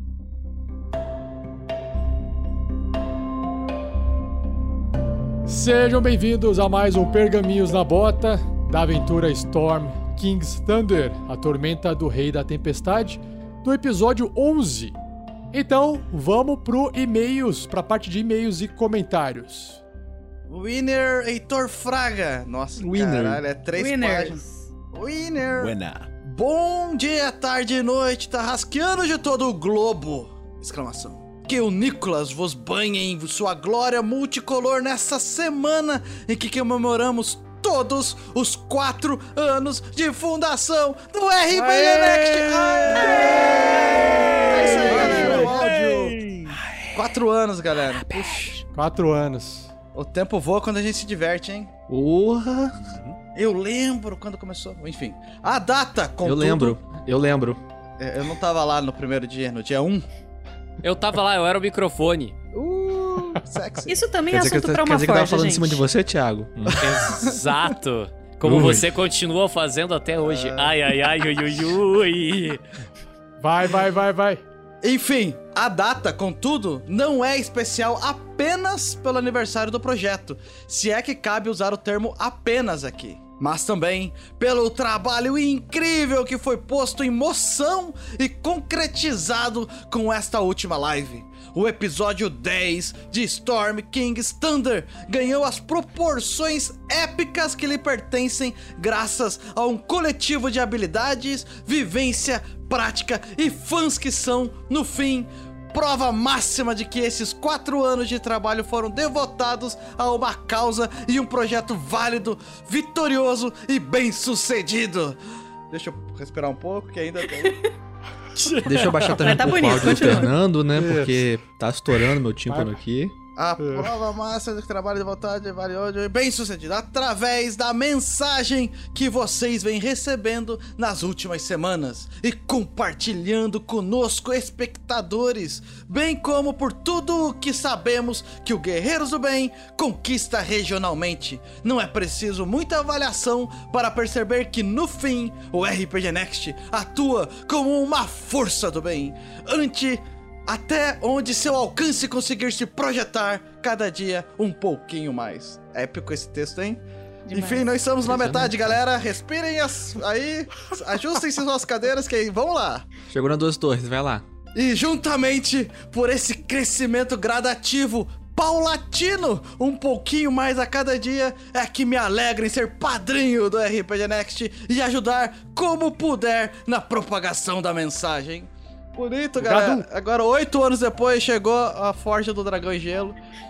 Sejam bem-vindos a mais um Pergaminhos na Bota, da aventura Storm King's Thunder, a tormenta do Rei da Tempestade, do episódio onze. Então, vamos pro e-mails, pra parte de e-mails e comentários. Winner Heitor Fraga. Nossa, Winner. Caralho, é três Winners. páginas. Winner. Buena. Bom dia, tarde e noite, tarrasqueanos de todo o globo! Exclamação. Que o Nicolas vos banhe em sua glória multicolor nessa semana em que comemoramos todos os quatro anos de fundação do R P G Next! É isso aí, galera, o áudio. Quatro anos, galera. Puxa, Quatro anos. o tempo voa quando a gente se diverte, hein? Porra! Eu lembro quando começou. Enfim, a data, contudo... Eu lembro, eu lembro. É, Eu não tava lá no primeiro dia, no dia um. Eu tava lá, eu era o microfone. Uh, sexy. Isso também Quer é dizer que, assunto eu- para quer uma dizer que eu tava forja, falando gente. em cima de você, Thiago? Hum. Exato. Como Ui. você continua fazendo até hoje. Ai, ai, ai, ui, ui, ui. Vai, vai, vai, vai. Enfim, a data, contudo, não é especial apenas pelo aniversário do projeto, se é que cabe usar o termo apenas aqui. Mas também pelo trabalho incrível que foi posto em moção e concretizado com esta última live. O episódio dez de Storm King's Thunder ganhou as proporções épicas que lhe pertencem graças a um coletivo de habilidades, vivência, prática e fãs que são, no fim, prova máxima de que esses quatro anos de trabalho foram devotados a uma causa e um projeto válido, vitorioso e bem-sucedido. Deixa eu respirar um pouco, que ainda tem... Deixa eu baixar também Mas tá um pouco bonito, o áudio do continua. Fernando, né? Isso. Porque tá estourando meu tímpano aqui. A prova máxima de trabalho de vontade vale hoje bem sucedido através da mensagem que vocês vêm recebendo nas últimas semanas e compartilhando conosco, espectadores, bem como por tudo o que sabemos que o Guerreiros do Bem conquista regionalmente. Não é preciso muita avaliação para perceber que no fim o R P G Next atua como uma força do bem, ante até onde seu alcance conseguir se projetar cada dia um pouquinho mais. Épico esse texto, hein? Demais. Enfim, nós estamos na metade, galera. Respirem as... aí, ajustem-se suas cadeiras, que vamos lá. Chegou na Duas Torres, vai lá. E juntamente, por esse crescimento gradativo, paulatino, um pouquinho mais a cada dia, é que me alegra em ser padrinho do R P G Next e ajudar como puder na propagação da mensagem. Bonito, galera. Obrigado. Agora, oito anos depois, chegou a Forja do Dragão e Gelo.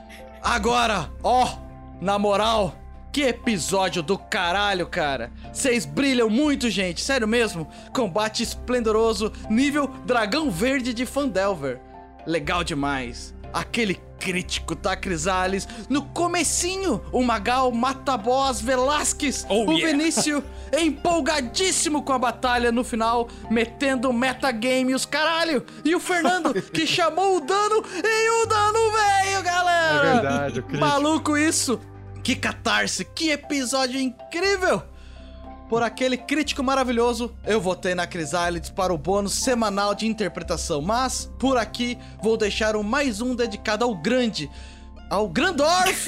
Agora, ó, na moral, que episódio do caralho, cara. Vocês brilham muito, gente, sério mesmo. Combate esplendoroso, nível Dragão Verde de Fandelver. Legal demais. Aquele crítico da Crisales no comecinho. O Magal mata boss Velasquez. Oh, o yeah. Vinícius empolgadíssimo com a batalha no final, metendo metagame e os caralho. E o Fernando, que chamou o dano e o dano veio, galera. É verdade, o crítico. Maluco isso. Que catarse, que episódio incrível. Por aquele crítico maravilhoso, eu votei na Crisalides para o bônus semanal de interpretação, mas por aqui vou deixar um mais um dedicado ao grande, ao Grandorf!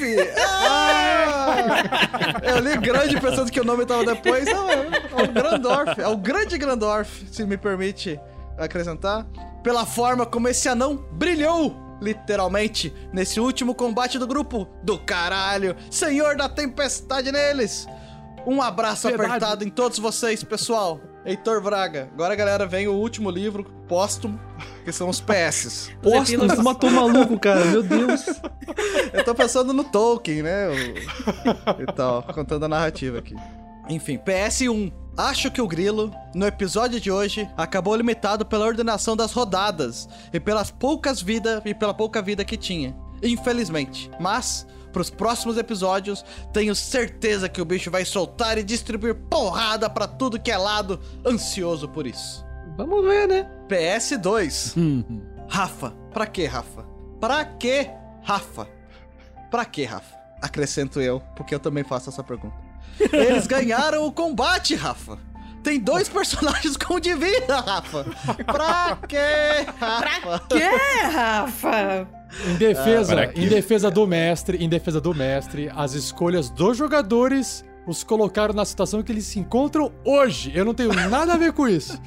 Ah! Eu li grande pensando que o nome tava depois, não, é ao Grandorf, ao grande Grandorf, se me permite acrescentar, pela forma como esse anão brilhou, literalmente, nesse último combate do grupo do caralho, Senhor da Tempestade neles! Um abraço Verdade. apertado em todos vocês, pessoal. Heitor Braga. Agora, galera, vem o último livro póstumo, que são os P S. Posta, tu matou maluco, cara, meu Deus. Eu tô pensando no Tolkien, né? O... e tal, contando a narrativa aqui. Enfim, P S um. Acho que o Grilo, no episódio de hoje, acabou limitado pela ordenação das rodadas e pelas poucas vidas e pela pouca vida que tinha. Infelizmente. Mas pros próximos episódios. Tenho certeza que o bicho vai soltar e distribuir porrada pra tudo que é lado. Ansioso por isso. Vamos ver, né? P S dois. Rafa. Pra quê, Rafa? Pra quê, Rafa? Pra quê, Rafa? Acrescento eu, porque eu também faço essa pergunta. Eles ganharam o combate, Rafa. Tem dois personagens com de vida, Rafa. Pra quê, Rafa? Pra quê, Rafa? Em defesa, Ah, em defesa do mestre, em defesa do mestre, as escolhas dos jogadores os colocaram na situação que eles se encontram hoje. Eu não tenho nada a ver com isso.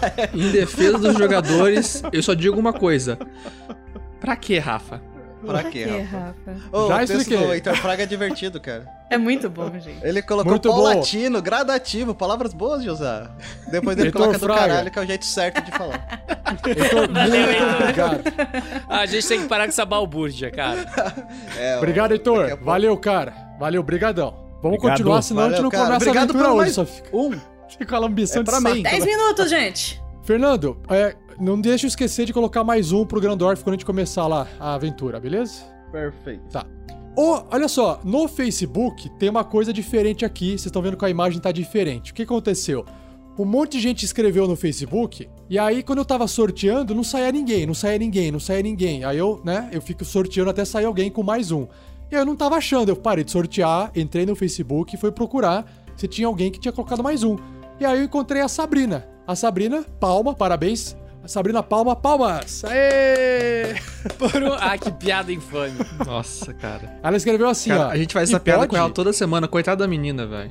Em defesa dos jogadores, eu só digo uma coisa. Pra quê, Rafa? Pra Pra quê, quê, Rafa? Rafa? Ô, Já o texto expliquei. do Heitor Fraga é divertido, cara. É muito bom, gente. Ele colocou Muito bom. paulatino, gradativo, palavras boas de usar. Depois ele Heitor coloca do Fraga. caralho, que é o jeito certo de falar. Heitor, muito obrigado. A gente tem que parar com essa balbúrdia, cara. É, ó, Obrigado, daqui a Heitor. pouco- Valeu, cara. Valeu, brigadão. Vamos Obrigado. continuar, senão a gente Valeu, não cara. começa a Obrigado aventura por hoje. mais Só fica, um. fica a lambição É de pra saco. mim. Dez minutos, gente. Fernando, é, não deixa eu esquecer de colocar mais um pro Grandorf quando a gente começar lá a aventura, beleza? Perfeito. Tá. Ô, olha só, no Facebook tem uma coisa diferente aqui. Vocês estão vendo que a imagem tá diferente. O que aconteceu? Um monte de gente escreveu no Facebook, e aí quando eu tava sorteando, não saía ninguém, não saía ninguém, não saía ninguém. Aí eu, né, eu fico sorteando até sair alguém com mais um. E aí eu não tava achando, eu parei de sortear, entrei no Facebook e fui procurar se tinha alguém que tinha colocado mais um. E aí eu encontrei a Sabrina. A Sabrina, palma, parabéns. A Sabrina Palma, palmas! Aê! Por um- Ah, que piada infame. Nossa, cara. Ela escreveu assim, Cara, ó. a gente faz "E essa piada pode?" com ela toda semana. Coitada da menina, velho.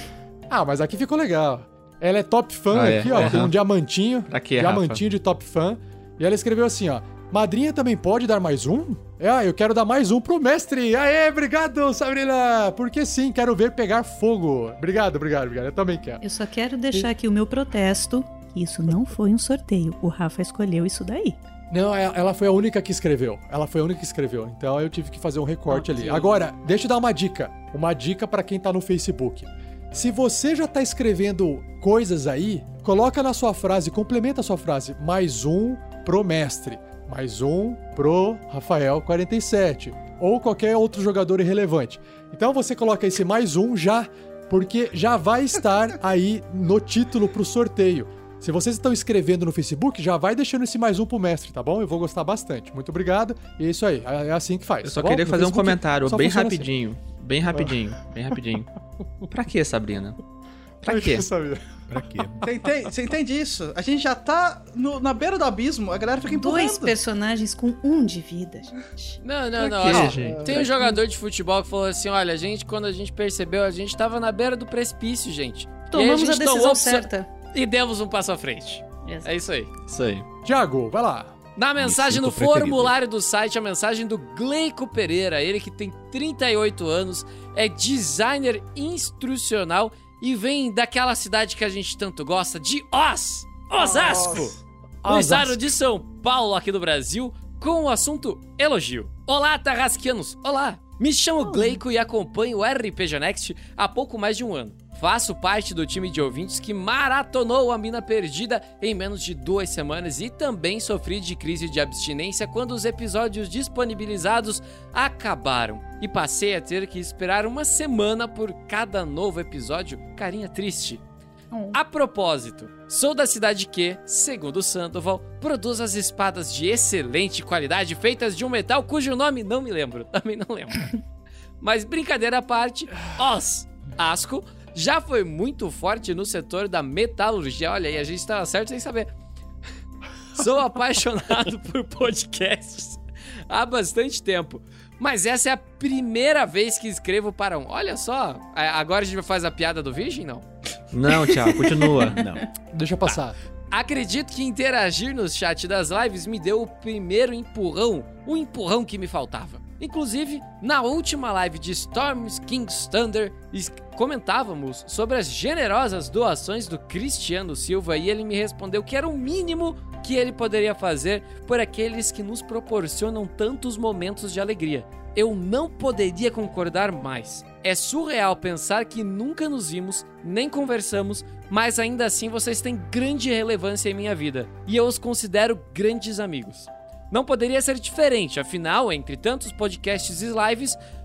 Ah, mas aqui ficou legal. Ela é top fã Ah, é? aqui, ó. Aham. Tem um diamantinho. Pra quê, Diamantinho de top fã. E ela escreveu assim, ó. Madrinha também pode dar mais um? É, ah, eu quero dar mais um pro mestre. Aê, obrigado, Sabrina. Porque sim, quero ver pegar fogo. Obrigado, obrigado, obrigado. Eu também quero. Eu só quero deixar aqui o meu protesto. Que isso não foi um sorteio. O Rafa escolheu isso daí. Não, ela ela foi a única que escreveu. Ela foi a única que escreveu. Então eu tive que fazer um recorte Ok. ali. Agora, deixa eu dar uma dica. Uma dica pra quem tá no Facebook. Se você já tá escrevendo coisas aí, coloca na sua frase, complementa a sua frase. Mais um pro mestre. Mais um pro Rafael quarenta e sete. Ou qualquer outro jogador irrelevante. Então você coloca esse mais um já, porque já vai estar aí no título pro sorteio. Se vocês estão escrevendo no Facebook, já vai deixando esse mais um pro mestre, tá bom? Eu vou gostar bastante. Muito obrigado. E é isso aí. É assim que faz. Eu só tá bom? queria No fazer um Facebook, comentário só bem funciona assim. rapidinho. Bem rapidinho. Bem rapidinho. Pra quê, Sabrina? Pra quê? Eu sabia. Pra quê? Você entende, você entende isso? A gente já tá no- na beira do abismo, a galera fica empurrando. Dois personagens com um de vida, gente. Não, não, não. quê, ó, gente? Tem um jogador de futebol que falou assim: olha, a gente, quando a gente percebeu, a gente tava na beira do precipício, gente. E aí Tomamos a, gente decisão tomou opção- certa. E demos um passo à frente. Exato. É isso aí. Isso aí. Tiago, vai lá. Na mensagem sinto no preferido. formulário do site, a mensagem do Gleico Pereira, ele que tem trinta e oito anos, é designer instrucional e vem daquela cidade que a gente tanto gosta, de Oz, Osasco, no estado de São Paulo, aqui do Brasil, com o assunto elogio. Olá, Tarrasquianos, olá! Me chamo Gleico e acompanho o R P G Next há pouco mais de um ano. Faço parte do time de ouvintes que maratonou a Mina Perdida em menos de duas semanas e também sofri de crise de abstinência quando os episódios disponibilizados acabaram e passei a ter que esperar uma semana por cada novo episódio. Carinha triste. A propósito, sou da cidade que, segundo Sandoval, produz as espadas de excelente qualidade feitas de um metal cujo nome não me lembro, também não lembro. Mas brincadeira à parte, Oz, Asco, já foi muito forte no setor da metalurgia. Olha aí, a gente estava certo sem saber. Sou apaixonado por podcasts há bastante tempo. Mas essa é a primeira vez que escrevo para um. Olha só, agora a gente faz a piada do Virgem, não? Não, Thiago, continua. Não. Deixa eu passar. Acredito que interagir no chat das lives me deu o primeiro empurrão, o empurrão que me faltava. Inclusive, na última live de Storm King's Thunder, comentávamos sobre as generosas doações do Cristiano Silva e ele me respondeu que era o mínimo que ele poderia fazer por aqueles que nos proporcionam tantos momentos de alegria. Eu não poderia concordar mais. É surreal pensar que nunca nos vimos, nem conversamos, mas ainda assim vocês têm grande relevância em minha vida e eu os considero grandes amigos. Não poderia ser diferente, afinal, entre tantos podcasts e lives,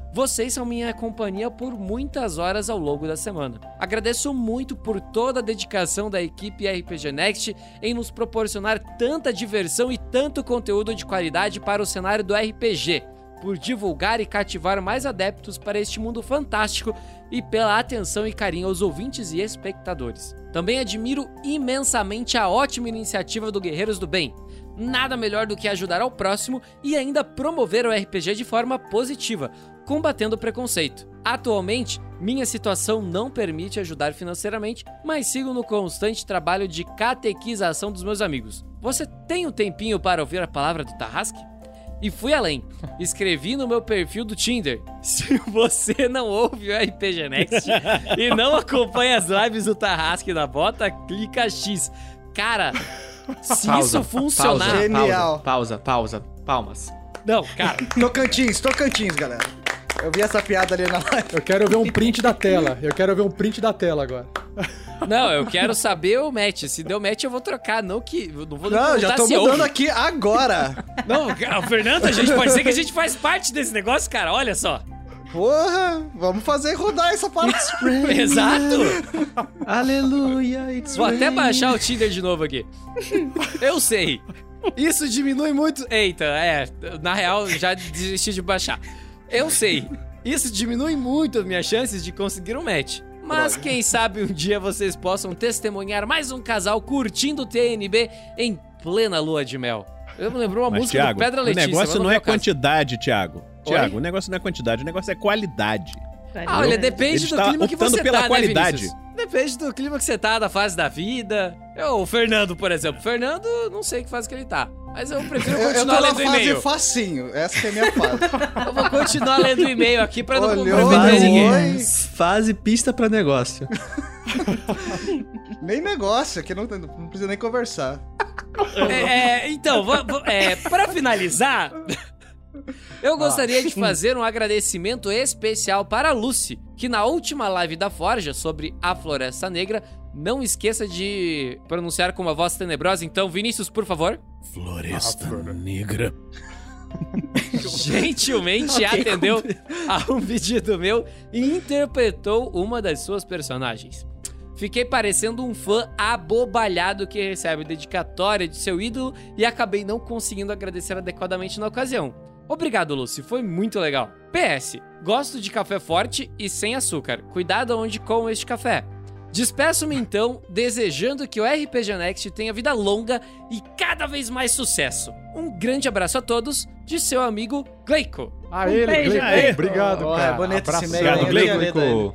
Vocês são minha companhia por muitas horas ao longo da semana. Agradeço muito por toda a dedicação da equipe R P G Next em nos proporcionar tanta diversão e tanto conteúdo de qualidade para o cenário do R P G, por divulgar e cativar mais adeptos para este mundo fantástico e pela atenção e carinho aos ouvintes e espectadores. Também admiro imensamente a ótima iniciativa do Guerreiros do Bem. Nada melhor do que ajudar ao próximo e ainda promover o R P G de forma positiva, combatendo o preconceito. Atualmente, minha situação não permite ajudar financeiramente, mas sigo no constante trabalho de catequização dos meus amigos. Você tem um tempinho para ouvir a palavra do Tarrasque? E fui além. Escrevi no meu perfil do Tinder. Se você não ouve o R P G Next e não acompanha as lives do Tarrasque na Bota, clica X. Cara, se Pausa, isso funcionar... Pausa, Genial. Pausa, pausa, pausa. Palmas. Não, cara. Tocantins, Tocantins, galera. Eu vi essa piada ali na live. Eu quero ver um print da tela. Eu quero ver um print da tela agora. Não, eu quero saber o match. Se deu match, eu vou trocar. Não que... Eu não vou Não, já tô se mudando ouve. aqui agora. Não, o Fernando, a gente pode ser que a gente faz parte desse negócio, cara. Olha só. Porra, vamos fazer rodar essa parada. Exato. Aleluia, it's Vou até baixar o Tinder de novo aqui. Eu sei. Isso diminui muito... Eita, é. Na real, já desisti de baixar. Eu sei. Isso diminui muito as minhas chances de conseguir um match. Mas quem sabe um dia vocês possam testemunhar mais um casal curtindo o T N B em plena lua de mel. Eu me lembrou uma Mas, música Thiago, do Pedra o Letícia. negócio mas não é vem ao caso. quantidade, Thiago. Thiago, o negócio não é quantidade, o negócio é qualidade. Ah, olha, depende Ele do está clima que optando você pela tá, qualidade. né, Vinícius? Depende do clima que você tá, da fase da vida. Eu, o Fernando, por exemplo. O Fernando, não sei que fase que ele tá. Mas eu prefiro Eu, eu continuar tô na lendo o fase e-mail. facinho. Essa que é a minha fase. Eu vou continuar lendo o e-mail aqui pra não Olhou, comprometer ninguém. oi. Fase pista pra negócio. Nem negócio, aqui não, não precisa nem conversar. É, é, então, va- va- é, pra finalizar, eu gostaria de fazer um agradecimento especial para a Lucy, que na última live da Forja sobre a Floresta Negra, não esqueça de pronunciar com uma voz tenebrosa. Então, Vinícius, por favor. Floresta Negra. Gentilmente atendeu a um pedido meu e interpretou uma das suas personagens. Fiquei parecendo um fã abobalhado que recebe dedicatória de seu ídolo e acabei não conseguindo agradecer adequadamente na ocasião. Obrigado, Lucy, foi muito legal. P S. Gosto de café forte e sem açúcar. Cuidado onde como este café. Despeço-me então, desejando que o R P G Next tenha vida longa e cada vez mais sucesso. Um grande abraço a todos, de seu amigo Gleico. Ah, ele, beijo, Gleico. Gleico. Obrigado, Ó, cara. é bonito esse Abraço. e-mail. Obrigado, Eu ia Gleico. ler dele.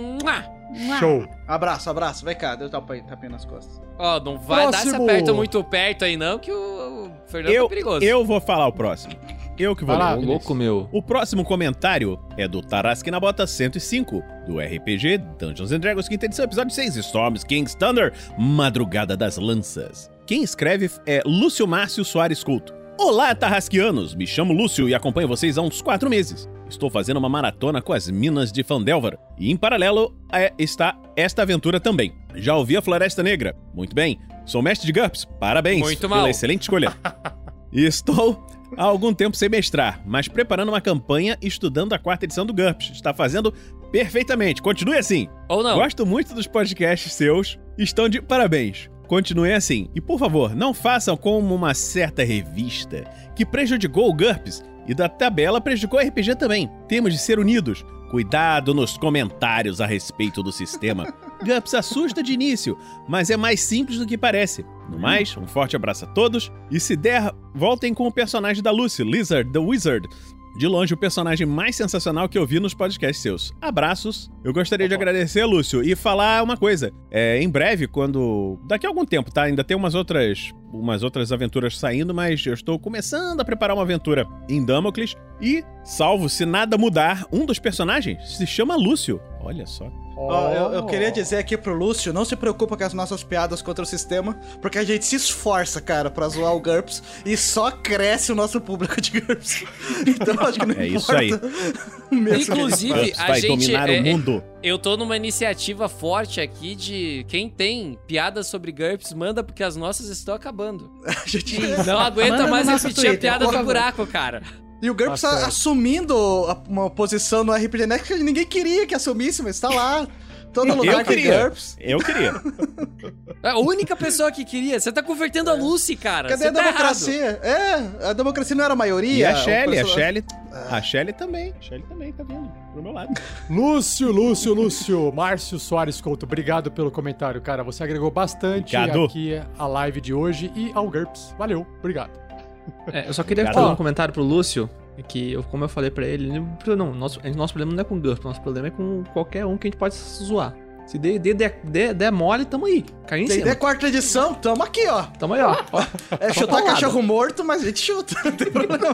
Mua. Show. Abraço, abraço. Vem cá, deu tapa- tapinha nas costas. Ó, não vai dar se Próximo. aperta muito perto aí não, que o Fernando Eu, é perigoso. eu vou falar o próximo. Eu que vou Vai lá, ler. Ô, louco, meu. O próximo comentário é do Tarrasque na Bota cento e cinco, do R P G Dungeons and Dragons, quinta edição, episódio seis, Storms King's Thunder, Madrugada das Lanças. Quem escreve é Lúcio Márcio Soares Couto. Olá, Tarrasquianos! Me chamo Lúcio e acompanho vocês há uns quatro meses. Estou fazendo uma maratona com as minas de Fandelver. E em paralelo é, está esta aventura também. Já ouvi a Floresta Negra? Muito bem. Sou mestre de GURPS. Parabéns Muito pela mal. excelente escolha. E estou há algum tempo sem mestrar, mas preparando uma campanha e estudando a quarta edição do GURPS. Está fazendo perfeitamente. Continue assim. Ou não. Gosto muito dos podcasts seus. Estão de parabéns. Continuem assim. E, por favor, não façam como uma certa revista que prejudicou o GURPS e da tabela prejudicou o R P G também. Temos de ser unidos. Cuidado nos comentários a respeito do sistema. GURPS assusta de início, mas é mais simples do que parece. No mais, um forte abraço a todos. E se der, voltem com o personagem da Lucy, Lizard the Wizard. De longe, o personagem mais sensacional que eu vi nos podcasts seus. Abraços. Eu gostaria de agradecer, Lúcio, e falar uma coisa. É, em breve, quando... Daqui a algum tempo, tá? Ainda tem umas outras, umas outras aventuras saindo, mas eu estou começando a preparar uma aventura em Damocles. E, salvo se nada mudar, um dos personagens se chama Lúcio. Olha só. Ó, eu, eu queria dizer aqui pro Lúcio, não se preocupa com as nossas piadas contra o sistema, porque a gente se esforça, cara, pra zoar o GURPS e só cresce o nosso público de GURPS. Então acho que não É importa. isso aí. Mesmo. Inclusive, GURPS a vai gente... dominar é, o mundo. Eu tô numa iniciativa forte aqui de quem tem piadas sobre GURPS, manda porque as nossas estão acabando. A gente... Não aguenta Manda no mais nosso repetir a Twitter, piada por do favor. buraco, cara. E o GURPS Tá tá certo. assumindo uma posição no R P G Next que ninguém queria que assumisse, mas tá lá. Todo lugar Eu tem queria. GURPS. Eu queria. É a única pessoa que queria. Você tá convertendo a Lucy, cara. Cadê Você a tá democracia? É, a democracia não era a maioria. E a O Shelly, a pessoal- Shelly. A Shelly também. A Shelly também tá vindo pro meu lado. Lúcio, Lúcio, Lúcio. Márcio Soares Couto, obrigado pelo comentário, cara. Você agregou bastante Obrigado. aqui a live de hoje e ao GURPS. Valeu, obrigado. É, eu só queria Obrigado. fazer um comentário pro Lúcio, que eu, como eu falei pra ele, ele- não, nosso, nosso problema não é com o GURPS, nosso problema é com qualquer um que a gente pode zoar. Se der, der, der, der, der mole, tamo aí. Caiu em D e D cima. quarta edição, tamo aqui, ó. Tamo aí, ó. ó. É chutar paulada. cachorro morto, mas a gente chuta, não tem problema.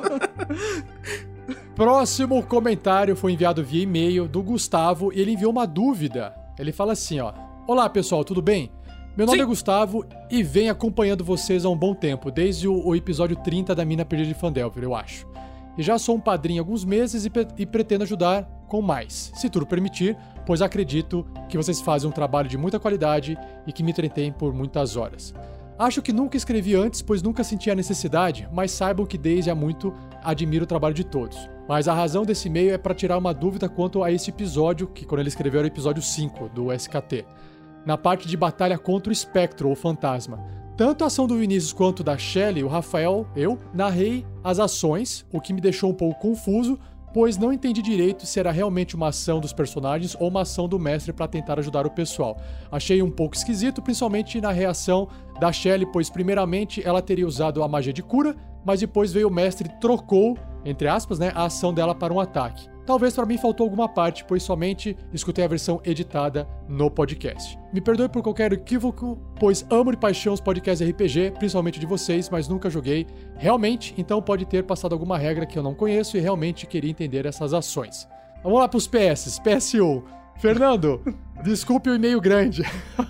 Próximo comentário foi enviado via e-mail do Gustavo e ele enviou uma dúvida. Ele fala assim, ó. Olá, pessoal, tudo bem? Meu nome Sim. é Gustavo e venho acompanhando vocês há um bom tempo, desde o, o episódio trinta da Mina Perdida de Fandelver, eu acho. E já sou um padrinho há alguns meses e, pe- e pretendo ajudar com mais, se tudo permitir, pois acredito que vocês fazem um trabalho de muita qualidade e que me entretém por muitas horas. Acho que nunca escrevi antes, pois nunca senti a necessidade, mas saibam que desde há muito admiro o trabalho de todos. Mas a razão desse e-mail é para tirar uma dúvida quanto a esse episódio, que quando ele escreveu era o episódio cinco do S K T. Na parte de batalha contra o espectro ou fantasma. Tanto a ação do Vinícius quanto da Shelly, o Rafael, eu, narrei as ações, o que me deixou um pouco confuso, pois não entendi direito se era realmente uma ação dos personagens ou uma ação do mestre para tentar ajudar o pessoal. Achei um pouco esquisito, principalmente na reação da Shelly, pois primeiramente ela teria usado a magia de cura, mas depois veio o mestre e trocou, entre aspas, né, a ação dela para um ataque. Talvez para mim faltou alguma parte, pois somente escutei a versão editada no podcast. Me perdoe por qualquer equívoco, pois amo de paixão os podcasts R P G, principalmente de vocês, mas nunca joguei realmente, então pode ter passado alguma regra que eu não conheço e realmente queria entender essas ações. Vamos lá para os P S. P S um. Fernando, desculpe o e-mail grande.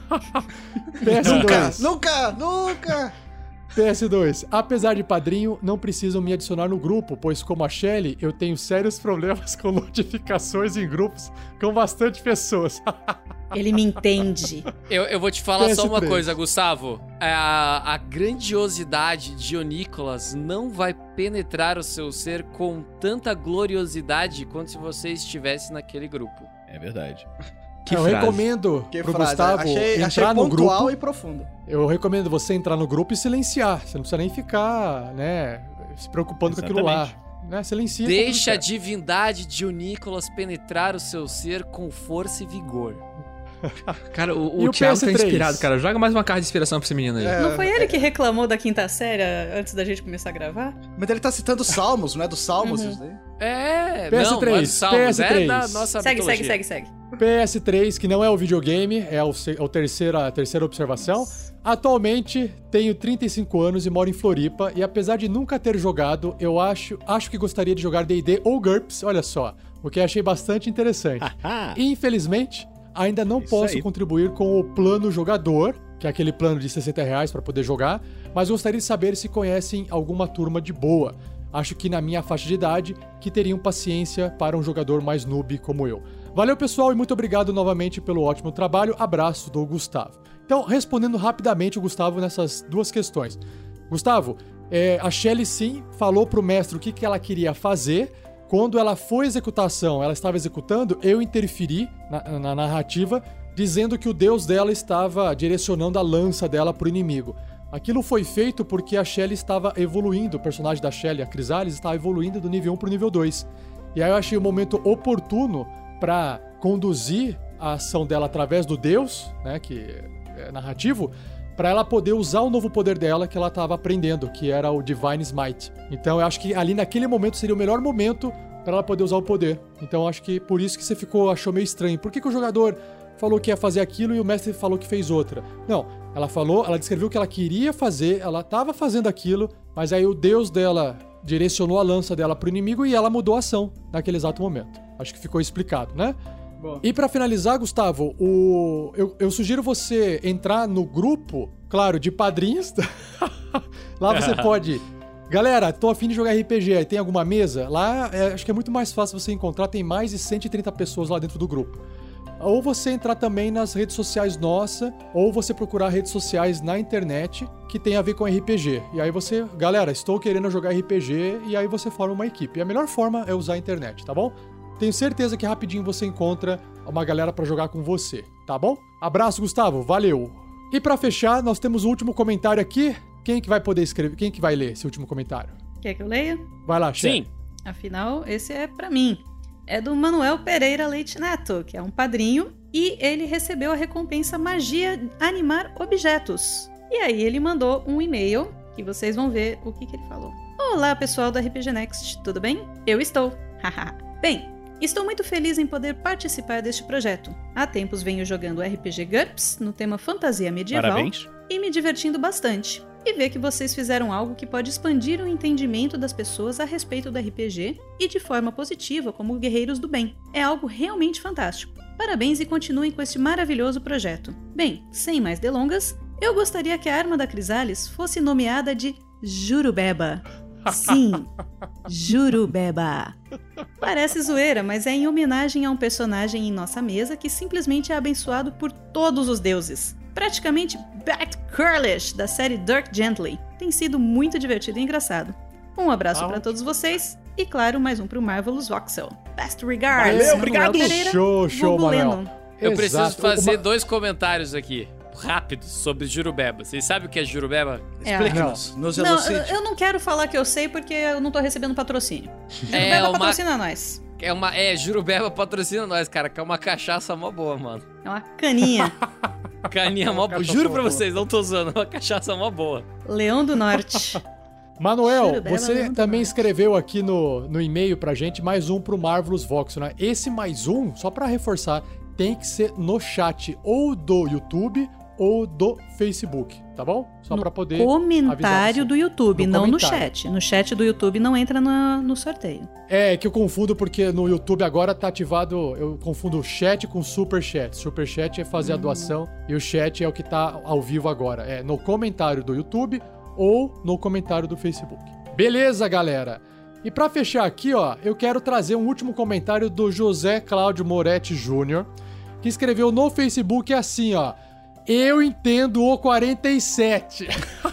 P S dois. Nunca, nunca, nunca. P S dois. Apesar de padrinho, não precisam me adicionar no grupo, pois como a Shelly, eu tenho sérios problemas com notificações em grupos com bastante pessoas. Ele me entende. Eu, eu vou te falar P S só uma três. coisa, Gustavo. A, a grandiosidade de Onícolas não vai penetrar o seu ser com tanta gloriosidade quanto se você estivesse naquele grupo. É verdade. Que eu frase. recomendo Que pro frase. Gustavo achei, entrar achei no pontual grupo. e profundo. Eu recomendo você entrar no grupo e silenciar. Você não precisa nem ficar, né, se preocupando com aquilo lá. Né? Silencia. tá tudo Deixa a certo. divindade de Onícolas penetrar o seu ser com força e vigor. Cara, o, E o o Thiago P S tá três? inspirado, cara. Joga mais uma carta de inspiração pra esse menino aí. É. Não foi ele que reclamou da quinta série antes da gente começar a gravar? Mas ele tá citando Salmos, não é dos Salmos Uhum. isso daí? É, P S não, três, não é dos Salmos, P S três. é da nossa Segue, segue, mitologia. segue, segue. P S três, que não é o videogame, é o, se- a terceira, a terceira observação. Atualmente tenho trinta e cinco anos e moro em Floripa, e apesar de nunca ter jogado, eu acho, acho que gostaria de jogar D e D ou GURPS, olha só, o que eu achei bastante interessante. Infelizmente, ainda não Isso posso aí. contribuir com o plano jogador, que é aquele plano de sessenta reais para poder jogar, mas gostaria de saber se conhecem alguma turma de boa. Acho que na minha faixa de idade, que teriam paciência para um jogador mais noob como eu. Valeu, pessoal, e muito obrigado novamente pelo ótimo trabalho. Abraço do Gustavo. Então, respondendo rapidamente o Gustavo nessas duas questões. Gustavo, é, a Shelly sim falou pro mestre o que, que ela queria fazer. Quando ela foi executar a ação, ela estava executando, eu interferi na, na narrativa, dizendo que o deus dela estava direcionando a lança dela pro inimigo. Aquilo foi feito porque a Shelly estava evoluindo, o personagem da Shelly, a Crisales, estava evoluindo do nível um pro nível dois. E aí eu achei o momento oportuno para conduzir a ação dela através do deus, né, que é narrativo, para ela poder usar o novo poder dela que ela estava aprendendo, que era o Divine Smite. Então eu acho que ali naquele momento seria o melhor momento para ela poder usar o poder. Então eu acho que por isso que você ficou, achou meio estranho. Por que, que o jogador falou que ia fazer aquilo e o mestre falou que fez outra? Não, ela falou, ela descreveu o que ela queria fazer, ela estava fazendo aquilo, mas aí o deus dela direcionou a lança dela pro inimigo e ela mudou a ação naquele exato momento. Acho que ficou explicado, né? Boa. E pra finalizar, Gustavo, o... eu, eu sugiro você entrar no grupo, claro, de padrinhos. Lá você pode... Galera, tô afim de jogar R P G, tem alguma mesa? Lá, é, acho que é muito mais fácil você encontrar, tem mais de cento e trinta pessoas lá dentro do grupo. ou você entrar também nas redes sociais nossa, ou você procurar redes sociais na internet que tem a ver com R P G. E aí você, galera, estou querendo jogar R P G, e aí você forma uma equipe. E a melhor forma é usar a internet, tá bom? Tenho certeza que rapidinho você encontra uma galera pra jogar com você, tá bom? Abraço, Gustavo, valeu! E pra fechar, nós temos o último comentário aqui. Quem que vai poder escrever? Quem que vai ler esse último comentário? Quer que eu leia? Vai lá, Cher. Sim. Afinal, esse é pra mim. É do Manuel Pereira Leite Neto, que é um padrinho, e ele recebeu a recompensa Magia Animar Objetos. E aí ele mandou um e-mail, que vocês vão ver o que, que ele falou. Olá, pessoal do R P G Next, tudo bem? Eu estou. Haha. Bem, estou muito feliz em poder participar deste projeto. Há tempos venho jogando R P G GURPS, no tema fantasia medieval. Parabéns. E me divertindo bastante. E ver que vocês fizeram algo que pode expandir o entendimento das pessoas a respeito do R P G e de forma positiva como guerreiros do bem. É algo realmente fantástico. Parabéns e continuem com este maravilhoso projeto. Bem, sem mais delongas, eu gostaria que a arma da Crisales fosse nomeada de Jurubeba. Sim, Jurubeba. Parece zoeira, mas é em homenagem a um personagem em nossa mesa que simplesmente é abençoado por todos os deuses. Praticamente Bat Curlish, da série Dirk Gently. Tem sido muito divertido e engraçado. Um abraço para todos vocês e, claro, mais um pro Marvelous Voxel. Best regards, Valeu, obrigado! Pereira, Show, show, Manuel. Eu Exato. preciso fazer Uma... dois comentários aqui, rápidos, sobre Jurubeba. Vocês sabem o que é Jurubeba? É. Explique-nos. Nos Não, elucide. eu, eu não quero falar que eu sei porque eu não tô recebendo patrocínio. É Jurubeba uma- patrocina nós. É uma. É, Jurubeba patrocina nós, cara, que é uma cachaça mó boa, mano. É uma caninha. Caninha mó boa. Juro pra vocês, não tô usando, é uma cachaça mó boa. Leão do Norte. Manuel, Jurubeba você não também escreveu aqui no, no e-mail pra gente mais um pro Marvelous Voxel, né? Esse mais um, só pra reforçar, tem que ser no chat ou do YouTube ou do Facebook, tá bom? Só pra poder avisar Comentário você. do YouTube, No não no comentário. chat. No chat do YouTube não entra no, no sorteio. É que eu confundo porque no YouTube agora tá ativado, eu confundo o chat com super chat. Super chat é fazer a doação e o chat é o que tá ao vivo agora. É no comentário do YouTube ou no comentário do Facebook. Beleza, galera? E pra fechar aqui, ó, eu quero trazer um último comentário do José Cláudio Moretti Júnior, que escreveu no Facebook assim, ó: eu entendo o quarenta e sete.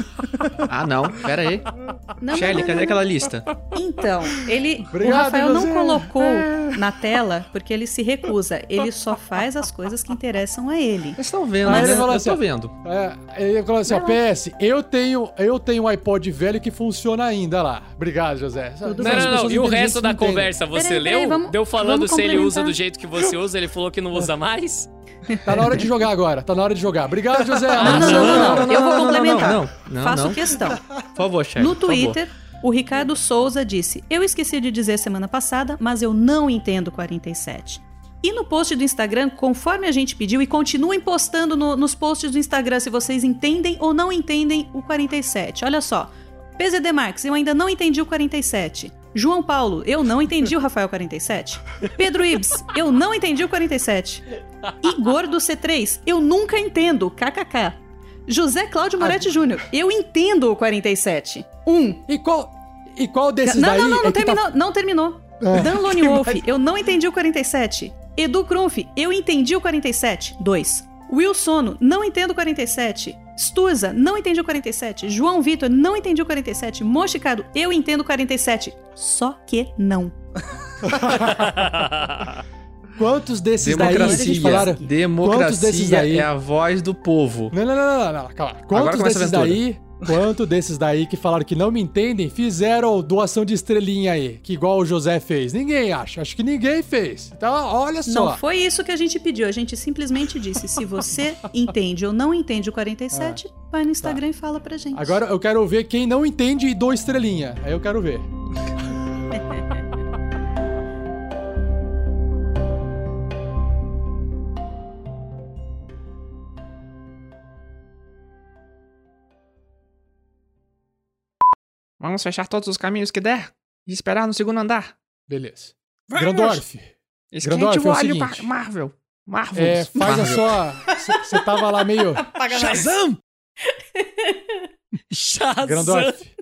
Ah, não. Pera aí. Não, Shelly, não, cadê não, aquela não. lista? Então, ele, Obrigado, o Rafael não José. colocou na tela porque ele se recusa. Ele só faz as coisas que interessam a ele. Vocês estão vendo, Aí né? ele falou Eu assim, tô ó, vendo. É, ele falou assim, ó, P S, eu tenho, eu tenho um iPod velho que funciona ainda lá. Obrigado, José. Tudo Não, bem. As não, não. pessoas E o inteligentes resto da não entendem. conversa, você Peraí, leu? peraí, vamos- Deu falando vamos se ele usa complementar. do jeito que você usa, ele falou que não usa mais? Tá na hora de jogar agora, tá na hora de jogar. Obrigado, José. Não, não, não, não, não. Eu vou não, não, complementar. não, não, Faço não. questão. Por favor, Shelly. No por favor. Twitter, o Ricardo Souza disse: eu esqueci de dizer semana passada, mas eu não entendo quarenta e sete. E no post do Instagram, conforme a gente pediu, e continuem postando no- nos posts do Instagram se vocês entendem ou não entendem o quarenta e sete. Olha só. P Z D Marques, eu ainda não entendi o quarenta e sete. João Paulo, eu não entendi o Rafael quarenta e sete. Pedro Ibs, eu não entendi o quarenta e sete. Igor do C três, eu nunca entendo, kkk. José Cláudio Moretti Júnior, eu entendo o quarenta e sete. Um. E qual, e qual desses Não, daí não, não, é não que tá- terminou, não terminou. É. Dan Lone Wolf, eu não entendi o quarenta e sete. Edu Krumf, eu entendi o quarenta e sete. Dois. Will Sono, não entendo o quarenta e sete. Sturza, não entendi o quarenta e sete. João Vitor, não entendi o quarenta e sete. Mochicado, eu entendo o quarenta e sete. Só que não. Quantos desses daí Democracia. que falaram? Democracia Quantos desses daí? é a voz do povo. Não, não, não, não, não, não, calma. Agora Quantos começa a desses aventura. daí, quanto desses daí que falaram que não me entendem, fizeram doação de estrelinha aí, que igual o José fez? Ninguém acha, acho que ninguém fez. Então, olha só. Não foi isso que a gente pediu. A gente simplesmente disse: se você entende ou não entende o quarenta e sete, vai no Instagram e fala pra gente. Agora eu quero ver quem não entende e doa estrelinha. Aí eu quero ver. Vamos fechar todos os caminhos que der e esperar no segundo andar. Beleza. Vamos! Grandorf. Esquente Grandorf, o é o óleo, seguinte. pa- Marvel. Marvel. É, faz a sua... Você tava lá meio... Apaga nós. Shazam! Shazam! Grandorf.